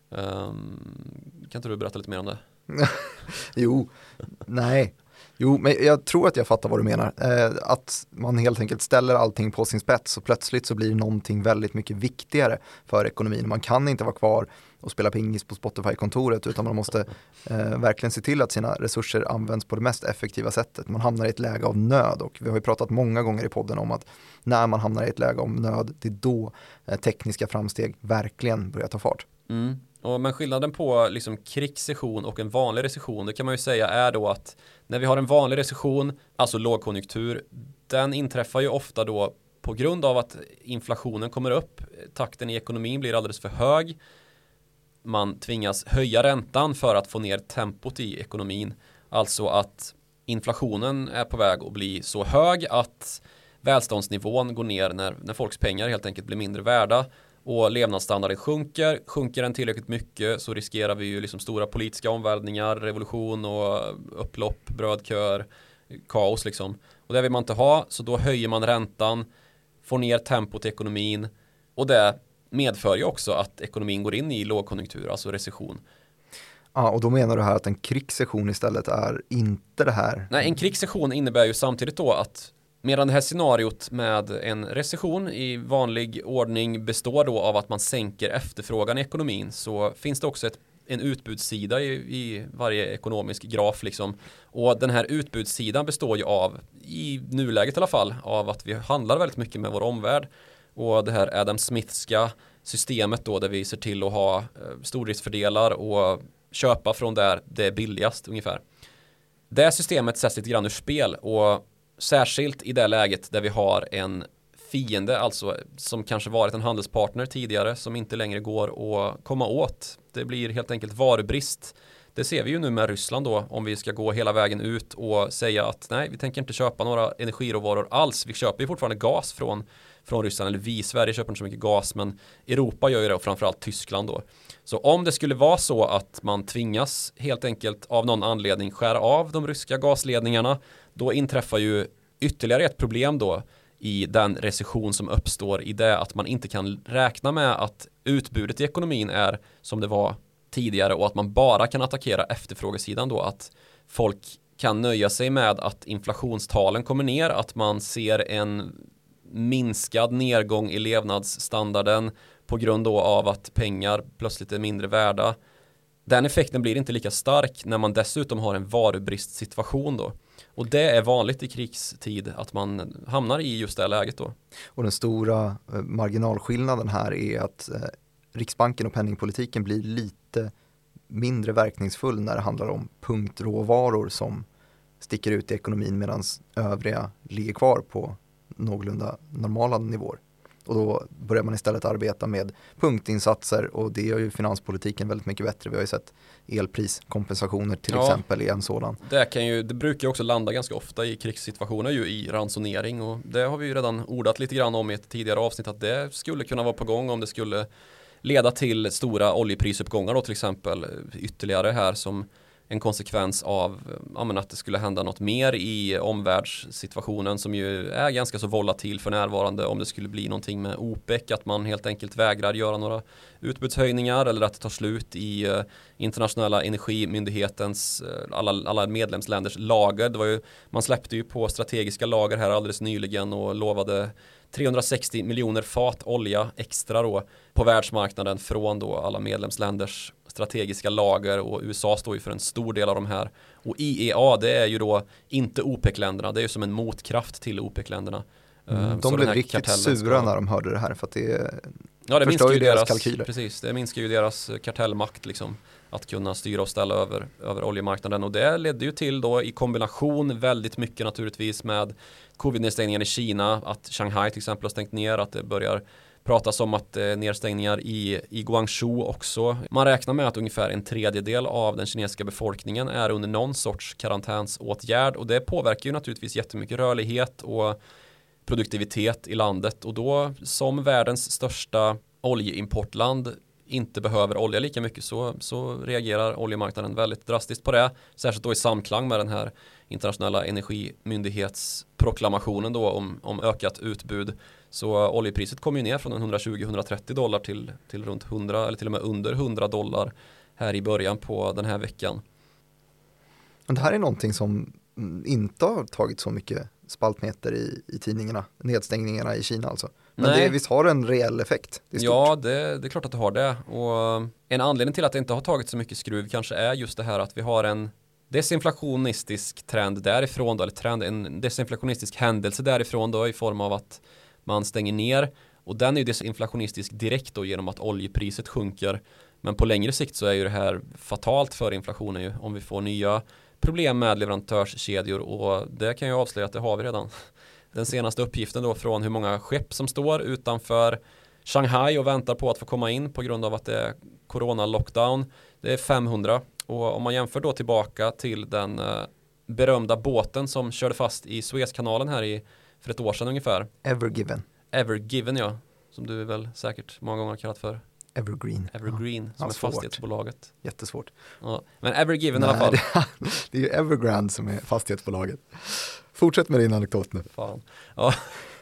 Um, kan inte du berätta lite mer om det? jo, nej. Jo, men jag tror att jag fattar vad du menar. Eh, att man helt enkelt ställer allting på sin spets och plötsligt så blir någonting väldigt mycket viktigare för ekonomin. Man kan inte vara kvar och spela pingis på Spotify-kontoret, utan man måste eh, verkligen se till att sina resurser används på det mest effektiva sättet. Man hamnar i ett läge av nöd, och vi har ju pratat många gånger i podden om att när man hamnar i ett läge av nöd, det är då eh, tekniska framsteg verkligen börjar ta fart. Mm. Och men skillnaden på liksom krigsrecession och en vanlig recession, det kan man ju säga är då att när vi har en vanlig recession, alltså lågkonjunktur, den inträffar ju ofta då på grund av att inflationen kommer upp, takten i ekonomin blir alldeles för hög, man tvingas höja räntan för att få ner tempot i ekonomin, alltså att inflationen är på väg att bli så hög att välståndsnivån går ner när, när folks pengar helt enkelt blir mindre värda. Och levnadsstandarden sjunker. Sjunker den tillräckligt mycket så riskerar vi ju liksom stora politiska omvälvningar, revolution och upplopp, brödkör, kaos liksom. Och det vill man inte ha, så då höjer man räntan, får ner tempot i ekonomin, och det medför ju också att ekonomin går in i lågkonjunktur, alltså recession. Ja, och då menar du här att en krigsrecession istället är inte det här? Nej, en krigsrecession innebär ju samtidigt då att medan det här scenariot med en recession i vanlig ordning består då av att man sänker efterfrågan i ekonomin, så finns det också ett, en utbudssida i, i varje ekonomisk graf liksom. Och den här utbudssidan består ju av, i nuläget i alla fall, av att vi handlar väldigt mycket med vår omvärld. Och det här Adam Smithska systemet då, där vi ser till att ha eh, stordriftsfördelar och köpa från där det är billigast ungefär. Det systemet sätts lite grann ur spel, och särskilt i det läget där vi har en fiende, alltså som kanske varit en handelspartner tidigare, som inte längre går att komma åt. Det blir helt enkelt varubrist. Det ser vi ju nu med Ryssland då, om vi ska gå hela vägen ut och säga att nej, vi tänker inte köpa några energiråvaror alls. Vi köper ju fortfarande gas från, från Ryssland, eller vi i Sverige köper inte så mycket gas, men Europa gör ju det, och framförallt Tyskland då. Så om det skulle vara så att man tvingas helt enkelt av någon anledning skära av de ryska gasledningarna, då inträffar ju ytterligare ett problem då i den recession som uppstår, i det att man inte kan räkna med att utbudet i ekonomin är som det var tidigare, och att man bara kan attackera efterfrågesidan då, att folk kan nöja sig med att inflationstalen kommer ner, att man ser en minskad nedgång i levnadsstandarden på grund då av att pengar plötsligt är mindre värda. Den effekten blir inte lika stark när man dessutom har en varubristsituation då. Och det är vanligt i krigstid att man hamnar i just det läget då. Och den stora eh, marginalskillnaden här är att eh, Riksbanken och penningpolitiken blir lite mindre verkningsfull när det handlar om punktråvaror som sticker ut i ekonomin medan övriga ligger kvar på någorlunda normala nivåer. Och då börjar man istället arbeta med punktinsatser och det gör ju finanspolitiken väldigt mycket bättre. Vi har ju sett elpriskompensationer till ja, exempel i en sådan. Det, kan ju, det brukar ju också landa ganska ofta i krigssituationer ju i ransonering och det har vi ju redan ordat lite grann om i ett tidigare avsnitt att det skulle kunna vara på gång om det skulle leda till stora oljeprisuppgångar då till exempel ytterligare här som en konsekvens av ja, men att det skulle hända något mer i omvärldssituationen som ju är ganska så volatil för närvarande om det skulle bli någonting med OPEC att man helt enkelt vägrar göra några utbudshöjningar eller att det tar slut i uh, internationella energimyndighetens uh, alla, alla medlemsländers lager. Det var ju, man släppte ju på strategiska lager här alldeles nyligen och lovade trehundrasextio miljoner fat olja extra då på världsmarknaden från då alla medlemsländers strategiska lager och U S A står ju för en stor del av de här och I E A det är ju då inte OPEC-länderna, det är ju som en motkraft till OPEC-länderna. Mm, de blev riktigt sura ska... när de hörde det här för att det, ja, det minskar ju deras, deras kalkyler. Precis, det minskar ju deras kartellmakt liksom att kunna styra och ställa över, över oljemarknaden och det ledde ju till då i kombination väldigt mycket naturligtvis med covid-nedstängningen i Kina, att Shanghai till exempel har stängt ner, att det börjar pratas om att eh, nedstängningar i, i Guangzhou också. Man räknar med att ungefär en tredjedel av den kinesiska befolkningen är under någon sorts karantänsåtgärd och det påverkar ju naturligtvis jättemycket rörlighet och produktivitet i landet och då som världens största oljeimportland inte behöver olja lika mycket så, så reagerar oljemarknaden väldigt drastiskt på det. Särskilt då i samklang med den här internationella energimyndighetsproklamationen då om, om ökat utbud. Så oljepriset kom ju ner från hundratjugo till hundratrettio dollar till, till runt hundra eller till och med under hundra dollar här i början på den här veckan. Men det här är någonting som inte har tagit så mycket spaltmeter i, i tidningarna, nedstängningarna i Kina alltså. Men Nej. det visst har en reell effekt. Det är ja, det, det är klart att det har det. Och en anledning till att det inte har tagit så mycket skruv kanske är just det här att vi har en desinflationistisk trend därifrån då, eller trend, en desinflationistisk händelse därifrån då i form av att man stänger ner och den är ju desinflationistisk direkt då genom att oljepriset sjunker. Men på längre sikt så är ju det här fatalt för inflationen ju om vi får nya problem med leverantörskedjor och det kan ju avslöja att det har vi redan. Den senaste uppgiften då från hur många skepp som står utanför Shanghai och väntar på att få komma in på grund av att det är corona-lockdown. Det är femhundra och om man jämför då tillbaka till den eh, berömda båten som körde fast i Suezkanalen här i, för ett år sedan ungefär. Evergiven. Evergiven ja, som du väl säkert många gånger har kallat för. Evergreen. Evergreen ja. som ja, är fastighetsbolaget. Jättesvårt. Ja, men Evergiven Nej, i alla fall. Det, det är ju Evergrande som är fastighetsbolaget. Fortsätt med din anekdot nu. Fan. Ja.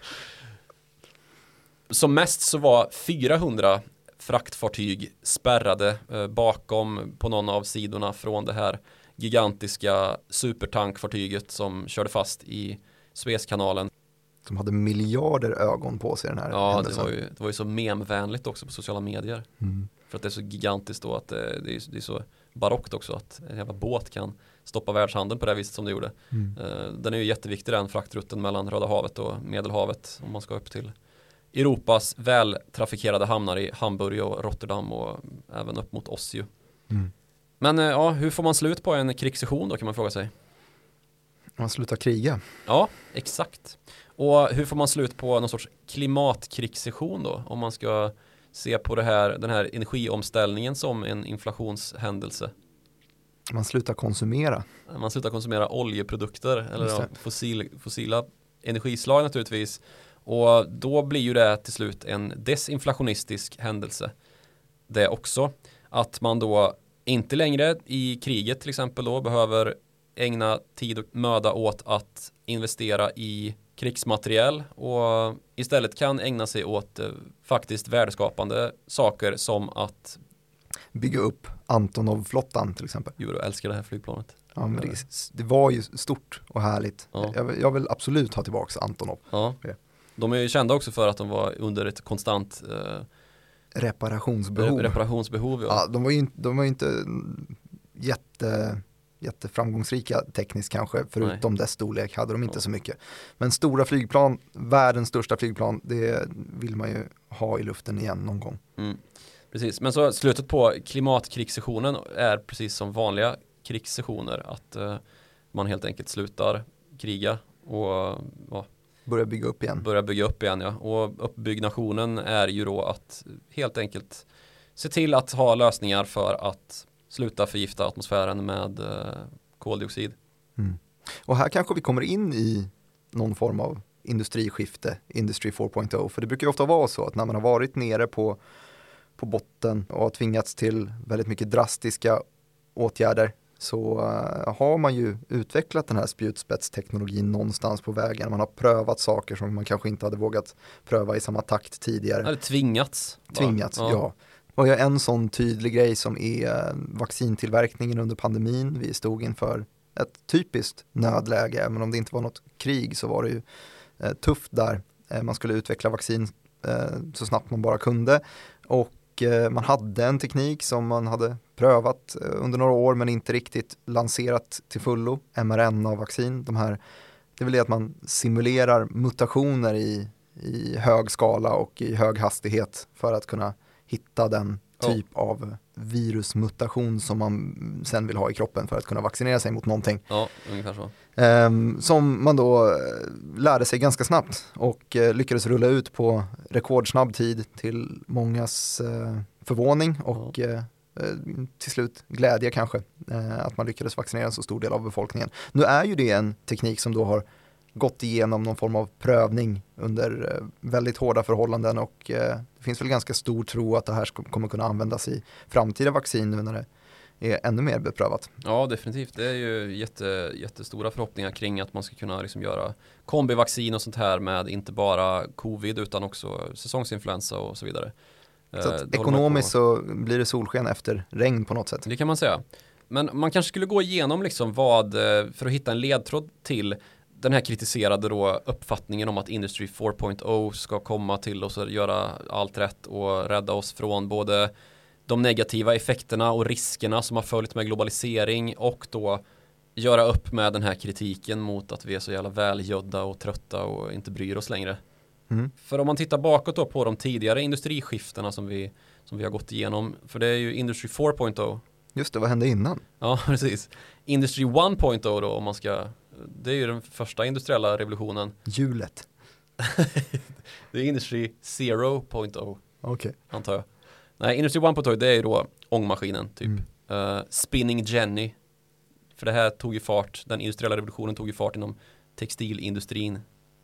Som mest så var fyrahundra fraktfartyg spärrade eh, bakom på någon av sidorna från det här gigantiska supertankfartyget som körde fast i Suezkanalen. Som hade miljarder ögon på sig den här Ja, händelsen. det var, ju, det var ju så memvänligt också på sociala medier. Mm. För att det är så gigantiskt då att det, det, är, det är så barockt också att en jävla båt kan stoppa världshandeln på det viset som det gjorde. Mm. Uh, den är ju jätteviktig den fraktrutten mellan Röda havet och Medelhavet om man ska upp till Europas vältrafikerade hamnar i Hamburg och Rotterdam och även upp mot Oslo. Mm. Men uh, ja, hur får man slut på en krigssession då kan man fråga sig? Man slutar kriga. Ja, exakt. Och hur får man slut på någon sorts klimatkrigssession då om man ska se på det här, den här energiomställningen som en inflationshändelse? Man slutar konsumera. Man slutar konsumera oljeprodukter eller ja, fossil, fossila energislag naturligtvis. Och då blir ju det till slut en desinflationistisk händelse. Det också att man då inte längre i kriget till exempel då behöver ägna tid och möda åt att investera i krigsmateriel och istället kan ägna sig åt eh, faktiskt värdeskapande saker som att bygga upp Antonov-flottan till exempel. Jo, jag älskar det här flygplanet. Ja, men det, det var ju stort och härligt. Ja. Jag, jag vill absolut ha tillbaka Antonov. Ja. De är ju kända också för att de var under ett konstant eh, reparationsbehov. reparationsbehov ja. Ja, de var ju inte, de var ju inte jätte... jätteframgångsrika tekniskt kanske, förutom Nej. dess storlek hade de inte ja. så mycket. Men stora flygplan, världens största flygplan, det vill man ju ha i luften igen någon gång. Mm. Precis, men så slutet på klimatkrigssessionen är precis som vanliga krigssessioner, att uh, man helt enkelt slutar kriga och uh, börja bygga upp igen. Börja bygga upp igen, ja. Och uppbyggnationen är ju då att helt enkelt se till att ha lösningar för att sluta förgifta atmosfären med uh, koldioxid. Mm. Och här kanske vi kommer in i någon form av industriskifte, Industry four point oh, för det brukar ju ofta vara så att när man har varit nere på, på botten och har tvingats till väldigt mycket drastiska åtgärder så uh, har man ju utvecklat den här spjutspetsteknologin någonstans på vägen. Man har prövat saker som man kanske inte hade vågat pröva i samma takt tidigare. Eller tvingats. Tvingats, ja. ja. Och jag en sån tydlig grej som är vaccintillverkningen under pandemin. Vi stod inför ett typiskt nödläge, även om det inte var något krig så var det ju eh, tufft där. Eh, man skulle utveckla vaccin eh, så snabbt man bara kunde och eh, man hade en teknik som man hade prövat eh, under några år men inte riktigt lanserat till fullo, mRNA-vaccin. De här, det är väl det att man simulerar mutationer i, i hög skala och i hög hastighet för att kunna hitta den typ oh. av virusmutation som man sen vill ha i kroppen för att kunna vaccinera sig mot någonting. Ja, ungefär så. Um, som man då lärde sig ganska snabbt och uh, lyckades rulla ut på rekordsnabb tid till mångas uh, förvåning och oh. uh, uh, till slut glädje kanske uh, att man lyckades vaccinera en så stor del av befolkningen. Nu är ju det en teknik som då har gått igenom någon form av prövning under uh, väldigt hårda förhållanden och uh, det finns väl ganska stor tro att det här ska, kommer kunna användas i framtida vaccin nu när det är ännu mer beprövat. Ja, definitivt. Det är ju jätte, jättestora förhoppningar kring att man ska kunna liksom göra kombivaccin och sånt här med inte bara covid utan också säsongsinfluensa och så vidare. Så att ekonomiskt så blir det solsken efter regn på något sätt. Det kan man säga. Men man kanske skulle gå igenom liksom vad, för att hitta en ledtråd till den här kritiserade då uppfattningen om att Industry four point oh ska komma till oss och göra allt rätt och rädda oss från både de negativa effekterna och riskerna som har följt med globalisering och då göra upp med den här kritiken mot att vi är så jävla välgödda och trötta och inte bryr oss längre. Mm. För om man tittar bakåt då på de tidigare industriskiftena som vi, som vi har gått igenom, för det är ju Industry four point oh. Just det, vad hände innan? Ja, precis. Industry one point oh då, om man ska, det är ju den första industriella revolutionen. Hjulet. Det är Industry zero point oh. Okej. Okay. Antar jag. Nej, Industry one point oh det är ju då ångmaskinen typ. Mm. Uh, Spinning Jenny. För det här tog ju fart, den industriella revolutionen tog ju fart inom textilindustrin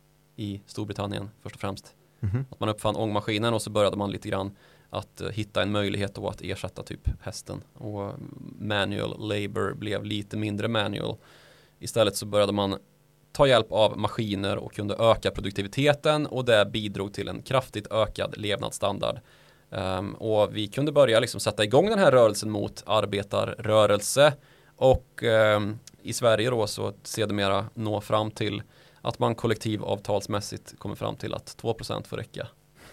i Storbritannien först och främst. Mm-hmm. Att man uppfann ångmaskinen och så började man lite grann att uh, hitta en möjlighet då att ersätta typ hästen. Och manual labor blev lite mindre manual. Istället så började man ta hjälp av maskiner och kunde öka produktiviteten och det bidrog till en kraftigt ökad levnadsstandard. Um, och vi kunde börja liksom sätta igång den här rörelsen mot arbetarrörelse och um, i Sverige då så sedermera nå fram till att man kollektivavtalsmässigt kommer fram till att två procent får räcka.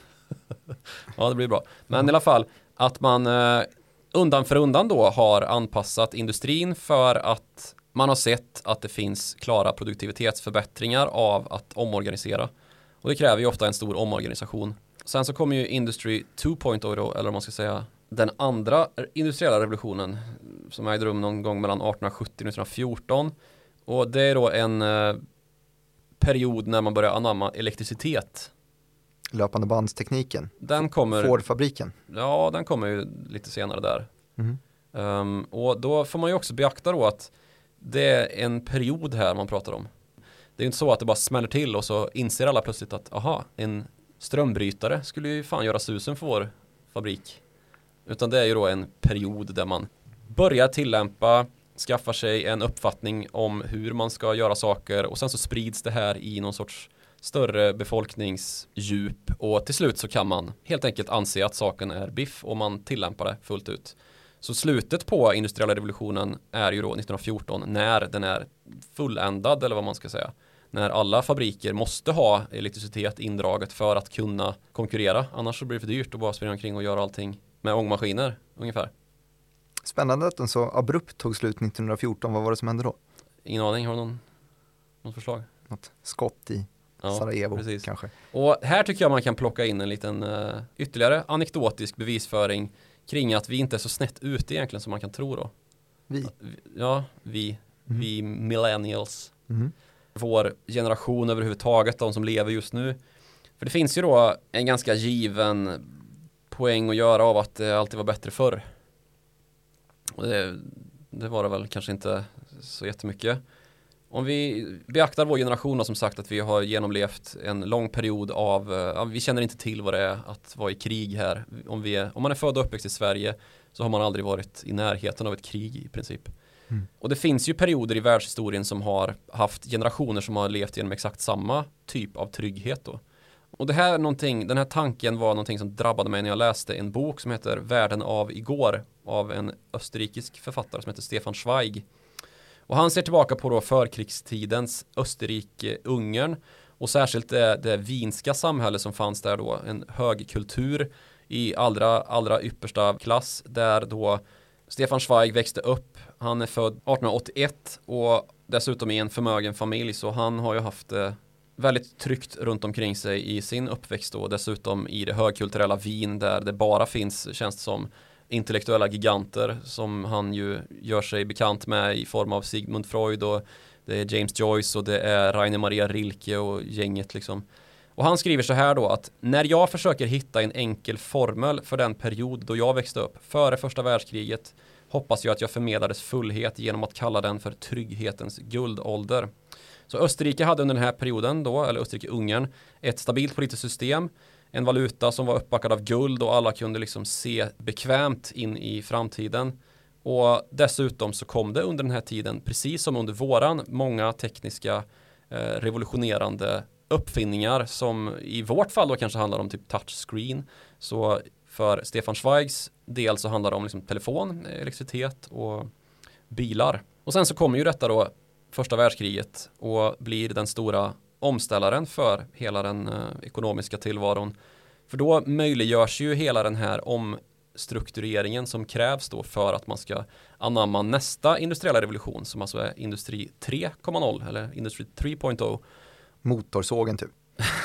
Ja, det blir bra. Men mm. i alla fall att man uh, undan för undan då har anpassat industrin för att man har sett att det finns klara produktivitetsförbättringar av att omorganisera. Och det kräver ju ofta en stor omorganisation. Sen så kommer ju Industry two point oh då, eller om man ska säga den andra industriella revolutionen som ägde rum någon gång mellan arton sjuttio och nitton fjorton. Och det är då en eh, period när man börjar anamma elektricitet. Löpande bandstekniken. Den kommer, Ford-fabriken. Ja, den kommer ju lite senare där. Mm. Um, och då får man ju också beakta då att det är en period här man pratar om. Det är inte så att det bara smäller till och så inser alla plötsligt att aha, en strömbrytare skulle ju fan göra susen för vår fabrik. Utan det är ju då en period där man börjar tillämpa, skaffar sig en uppfattning om hur man ska göra saker och sen så sprids det här i någon sorts större befolkningsdjup och till slut så kan man helt enkelt anse att saken är biff och man tillämpar det fullt ut. Så slutet på industriella revolutionen är ju då nitton fjorton när den är fulländad eller vad man ska säga. När alla fabriker måste ha elektricitet indraget för att kunna konkurrera. Annars så blir det för dyrt att bara springa omkring och göra allting med ångmaskiner ungefär. Spännande att den så abrupt tog slut nitton fjorton. Vad var det som hände då? Ingen aning, har du någon, något förslag? Något skott i Ja, Sarajevo precis. kanske. Och här tycker jag man kan plocka in en liten uh, ytterligare anekdotisk bevisföring kring att vi inte är så snett ute egentligen som man kan tro då. Vi? Ja, vi. Mm. Vi millennials. Mm. Vår generation överhuvudtaget, de som lever just nu. För det finns ju då en ganska given poäng att göra av att det alltid var bättre förr. Och det, det var det väl kanske inte så jättemycket. Om vi beaktar vår generation som sagt att vi har genomlevt en lång period av, ja, vi känner inte till vad det är att vara i krig här. Om, vi är, om man är född och uppväxt i Sverige så har man aldrig varit i närheten av ett krig i princip. Mm. Och det finns ju perioder i världshistorien som har haft generationer som har levt genom exakt samma typ av trygghet då. Och det här någonting, den här tanken var någonting som drabbade mig när jag läste en bok som heter Världen av igår av en österrikisk författare som heter Stefan Zweig. Och han ser tillbaka på då förkrigstidens Österrike-Ungern och särskilt det, det vinska samhälle som fanns där då, en hög kultur i allra, allra yppersta klass där då Stefan Zweig växte upp. Han är född arton åttioett och dessutom i en förmögen familj så han har ju haft det väldigt tryggt runt omkring sig i sin uppväxt och dessutom i det högkulturella Wien där det bara finns, känns det som, intellektuella giganter som han ju gör sig bekant med i form av Sigmund Freud och det är James Joyce och det är Rainer Maria Rilke och gänget liksom. Och han skriver så här då att när jag försöker hitta en enkel formel för den period då jag växte upp före första världskriget hoppas jag att jag förmedlar dess fullhet genom att kalla den för trygghetens guldålder. Så Österrike hade under den här perioden då, eller Österrike-Ungern, ett stabilt politiskt system, en valuta som var uppbackad av guld och alla kunde liksom se bekvämt in i framtiden. Och dessutom så kom det under den här tiden, precis som under våran, många tekniska eh, revolutionerande uppfinningar som i vårt fall då kanske handlar om typ touchscreen. Så för Stefan Zweigs del så handlar det om liksom telefon, elektricitet och bilar. Och sen så kommer ju detta då första världskriget och blir den stora omställaren för hela den eh, ekonomiska tillvaron. För då möjliggörs ju hela den här omstruktureringen som krävs då för att man ska anamma nästa industriella revolution som alltså är industri tre punkt noll eller industri tre punkt noll. Motorsågen typ.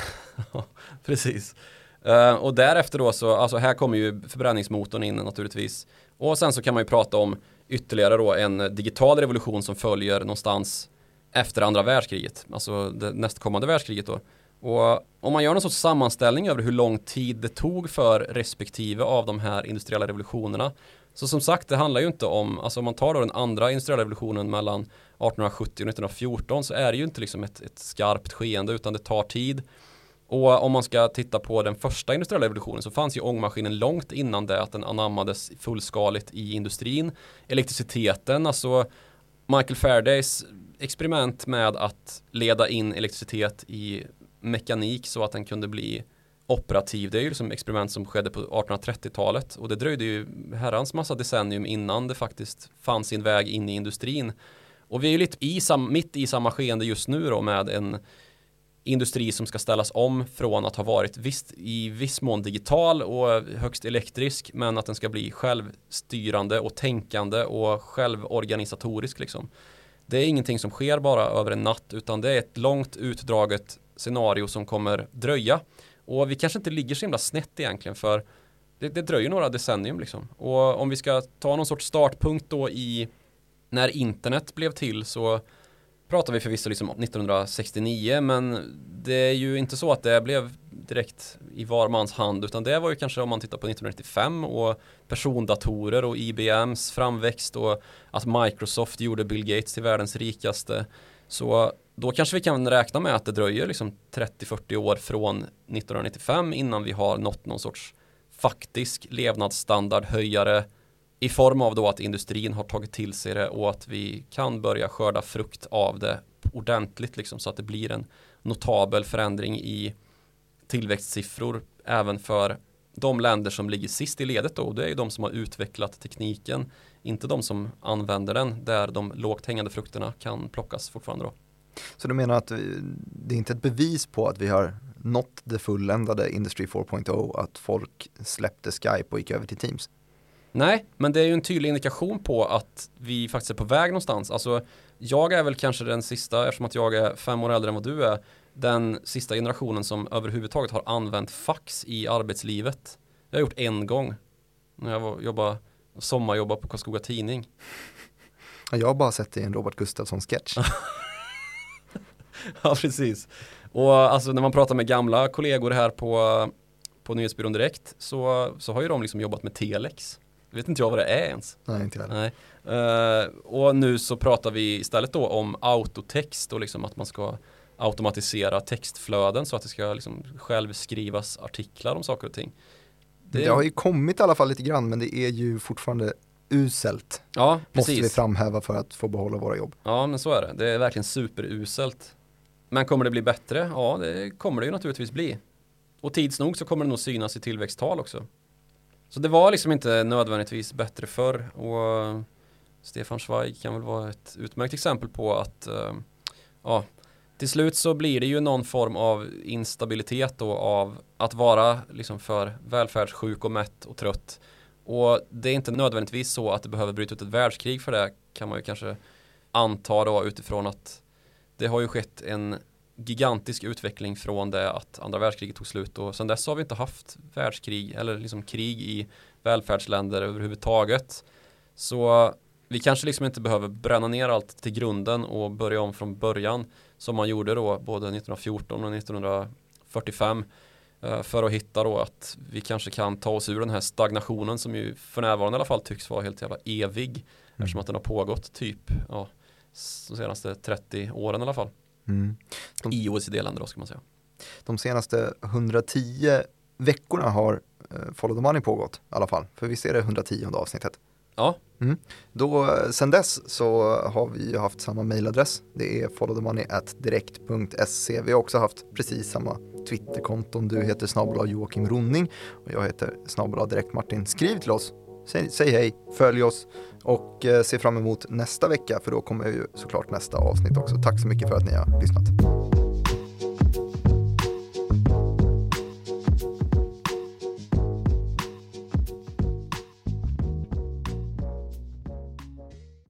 Precis. Uh, och därefter då så, alltså här kommer ju förbränningsmotorn in naturligtvis. Och sen så kan man ju prata om ytterligare då en digital revolution som följer någonstans efter andra världskriget, alltså det nästkommande världskriget då. Och om man gör någon sorts sammanställning över hur lång tid det tog för respektive av de här industriella revolutionerna. Så som sagt, det handlar ju inte om, alltså om man tar då den andra industriella revolutionen mellan arton sjuttio och nitton fjorton så är det ju inte liksom ett, ett skarpt skeende utan det tar tid. Och om man ska titta på den första industriella revolutionen så fanns ju ångmaskinen långt innan det att den anammades fullskaligt i industrin. Elektriciteten, alltså Michael Faradays experiment med att leda in elektricitet i mekanik så att den kunde bli operativ. Det är ju liksom experiment som skedde på arton trettio-talet och det dröjde ju herrans massa decennium innan det faktiskt fanns sin väg in i industrin. Och vi är ju lite i sam- mitt i samma skeende just nu då med en industri som ska ställas om från att ha varit visst, i viss mån digital och högst elektrisk men att den ska bli självstyrande och tänkande och självorganisatorisk liksom. Det är ingenting som sker bara över en natt utan det är ett långt utdraget scenario som kommer dröja. Och vi kanske inte ligger så himla snett egentligen för det, det dröjer några decennium liksom. Och om vi ska ta någon sorts startpunkt då i när internet blev till så pratar vi förvisso liksom nittonhundrasextionio men det är ju inte så att det blev direkt i var mans hand utan det var ju kanske om man tittar på nittonhundranittiofem och persondatorer och I B M:s framväxt och att Microsoft gjorde Bill Gates till världens rikaste. Så då kanske vi kan räkna med att det dröjer liksom trettio till fyrtio år från nittonhundranittiofem innan vi har nått någon sorts faktisk levnadsstandard höjare i form av då att industrin har tagit till sig det och att vi kan börja skörda frukt av det ordentligt liksom, så att det blir en notabel förändring i tillväxtsiffror även för de länder som ligger sist i ledet då. Och det är ju de som har utvecklat tekniken, inte de som använder den där de lågt hängande frukterna kan plockas fortfarande då. Så du menar att det är inte ett bevis på att vi har nått det fulländade Industry four point oh att folk släppte Skype och gick över till Teams? Nej, men det är ju en tydlig indikation på att vi faktiskt är på väg någonstans. Alltså, jag är väl kanske den sista, eftersom att jag är fem år äldre än vad du är. den sista generationen som överhuvudtaget har använt fax i arbetslivet. Jag har gjort en gång när jag var, jobbade, sommarjobbade på Karlskoga Tidning. Jag har bara sett det i en Robert Gustafsson-sketch. Ja, precis. Och alltså när man pratar med gamla kollegor här på, på Nyhetsbyrån Direkt så, så har ju de liksom jobbat med telex. Vet inte jag vad det är ens. Nej, inte heller. Nej. Uh, och nu så pratar vi istället då om autotext och liksom att man ska automatisera textflöden så att det ska liksom själv skrivas artiklar om saker och ting. Det, det har ju kommit i alla fall lite grann, men det är ju fortfarande uselt. Ja, precis. Måste vi framhäva för att få behålla våra jobb. Ja, men så är det. Det är verkligen superuselt. Men kommer det bli bättre? Ja, det kommer det ju naturligtvis bli. Och tids nog så kommer det nog synas i tillväxttal också. Så det var liksom inte nödvändigtvis bättre förr. Och Stefan Zweig kan väl vara ett utmärkt exempel på att uh, ja, till slut så blir det ju någon form av instabilitet då av att vara liksom för välfärdssjuk och mätt och trött. Och det är inte nödvändigtvis så att det behöver bryta ut ett världskrig för det, kan man ju kanske anta då, utifrån att det har ju skett en gigantisk utveckling från det att andra världskriget tog slut, och sedan dess har vi inte haft världskrig eller liksom krig i välfärdsländer överhuvudtaget. Så vi kanske liksom inte behöver bränna ner allt till grunden och börja om från början som man gjorde då både nittonhundrafjorton och nittonhundrafyrtiofem för att hitta då att vi kanske kan ta oss ur den här stagnationen som ju för närvarande i alla fall tycks vara helt jävla evig mm. eftersom att den har pågått typ ja, de senaste trettio åren i alla fall. Mm. De, I O E C D-länder då ska man säga. De senaste hundratio veckorna har uh, Follow the Money pågått i alla fall. För visst är det hundratio avsnittet. Ja. Mm. Då, sen dess så har vi haft samma mailadress. Det är followthemoney at direkt punkt se. Vi har också haft precis samma Twitterkonton. Du heter snabbla Joakim Ronning och jag heter snabbla direkt Martin. Skriv till oss. Säg, säg hej, följ oss och eh, se fram emot nästa vecka, för då kommer ju såklart nästa avsnitt också. Tack så mycket för att ni har lyssnat.